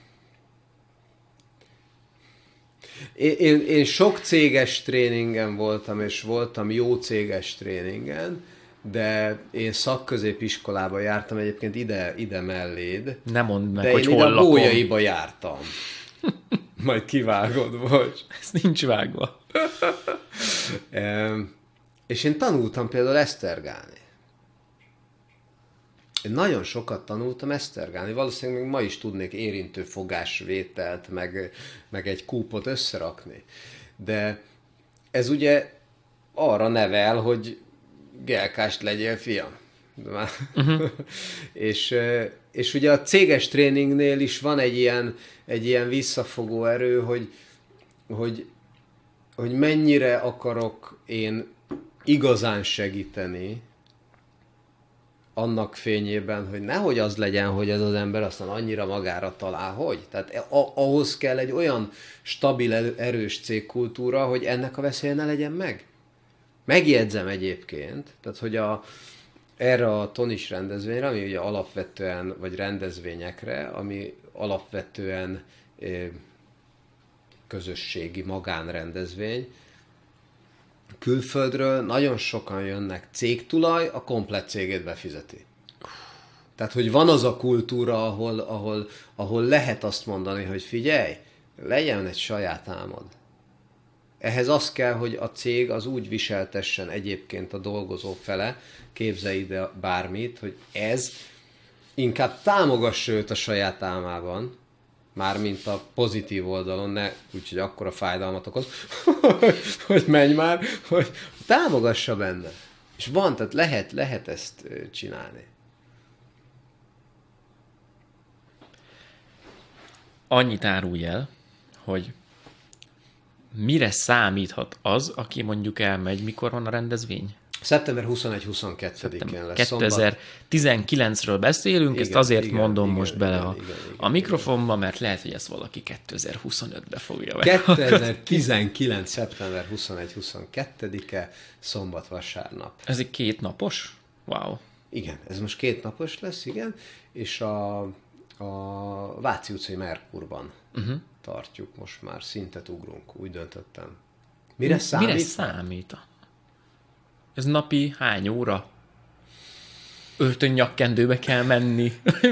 Én sok céges tréningen voltam, és voltam jó céges tréningen, de én szakközépiskolába jártam, egyébként ide melléd. Ne mondd meg, de hogy hol lakom. De én ide a Bolyaiba jártam. Majd kivágod, bocs. Ez nincs vágva. És én tanultam például esztergálni. Én nagyon sokat tanultam esztergálni, valószínűleg még ma is tudnék érintő fogásvételt, meg egy kúpot összerakni. De ez ugye arra nevel, hogy gelkást legyél, fiam. Uh-huh. és ugye a céges tréningnél is van egy ilyen visszafogó erő, hogy mennyire akarok én igazán segíteni annak fényében, hogy nehogy az legyen, hogy ez az ember aztán annyira magára talál, hogy. Tehát ahhoz kell egy olyan stabil, erős cégkultúra, hogy ennek a veszélye ne legyen meg. Megjegyzem egyébként, tehát hogy erre a Tonis rendezvényre, ami ugye alapvetően, vagy rendezvényekre, ami alapvetően közösségi magánrendezvény, külföldről nagyon sokan jönnek, cégtulaj a komplett cégét befizeti. Tehát, hogy van az a kultúra, ahol lehet azt mondani, hogy figyelj, legyen egy saját álmod. Ehhez az kell, hogy a cég az úgy viseltessen egyébként a dolgozó fele, képzelj ide bármit, hogy ez inkább támogassa őt a saját álmában, mármint a pozitív oldalon, ne úgyhogy akkora fájdalmat okoz, hogy menj már, hogy támogassa benne. És van, tehát lehet ezt csinálni. Annyit árulj el, hogy mire számíthat az, aki mondjuk elmegy, mikor van a rendezvény? Szeptember 21-22-én lesz. 2019-ről beszélünk, igen, ezt azért mondom igen, most bele igen, a mikrofonba, mert lehet, hogy ezt valaki 2025-be fogja meg. 2019. szeptember 21-22-e, szombat-vasárnap. Ez egy 2 napos? Wow. Igen, ez most 2 napos lesz, igen, és a Váci utcai Merkurban tartjuk, most már szintet ugrunk, úgy döntöttem. Mire számít? Ez napi hány óra? Öltönnyakkendőbe kell menni.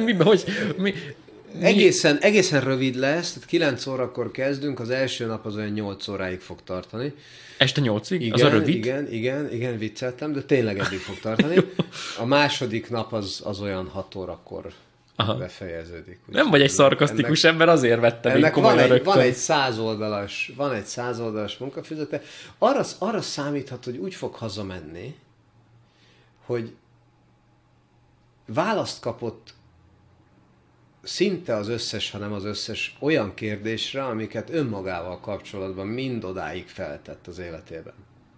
Egészen rövid lesz, tehát 9 órakor kezdünk, az első nap az olyan 8 óráig fog tartani. Este 8-ig? Igen, az a rövid? Igen, vicceltem, de tényleg eddig fog tartani. A második nap az olyan 6 órakor befejeződik. Nem vagy egy szarkasztikus ember, azért vettem ennek van egy 100 oldalas munkafüzete. Arra számíthat, hogy úgy fog hazamenni, hogy választ kapott szinte az összes, ha nem az összes olyan kérdésre, amiket önmagával kapcsolatban mind odáig feltett az életében.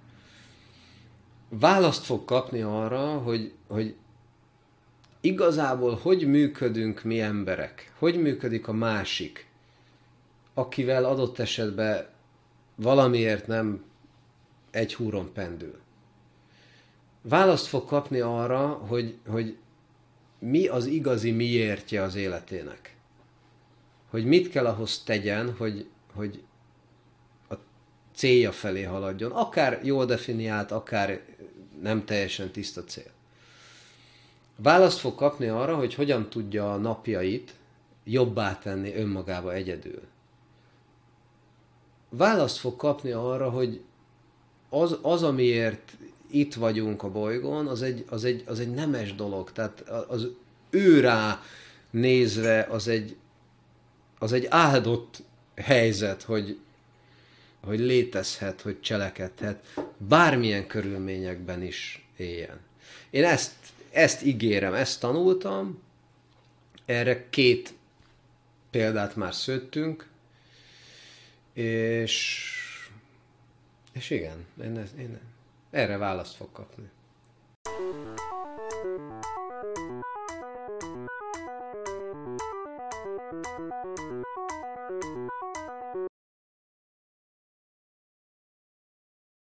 Választ fog kapni arra, hogy igazából hogy működünk mi emberek, hogy működik a másik, akivel adott esetben valamiért nem egy húron pendül. Választ fog kapni arra, hogy mi az igazi miértje az életének. Hogy mit kell ahhoz tegyen, hogy a célja felé haladjon. Akár jól definiált, akár nem teljesen tiszta cél. Választ fog kapni arra, hogy hogyan tudja a napjait jobbá tenni önmagába egyedül. Választ fog kapni arra, hogy az amiért itt vagyunk a bolygón, az egy nemes dolog. Tehát az ő rá nézve az egy áldott helyzet, hogy létezhet, hogy cselekedhet, bármilyen körülményekben is éljen. Én ezt ígérem, ezt tanultam, erre 2 példát már szőttünk, és igen, én erre választ fog kapni.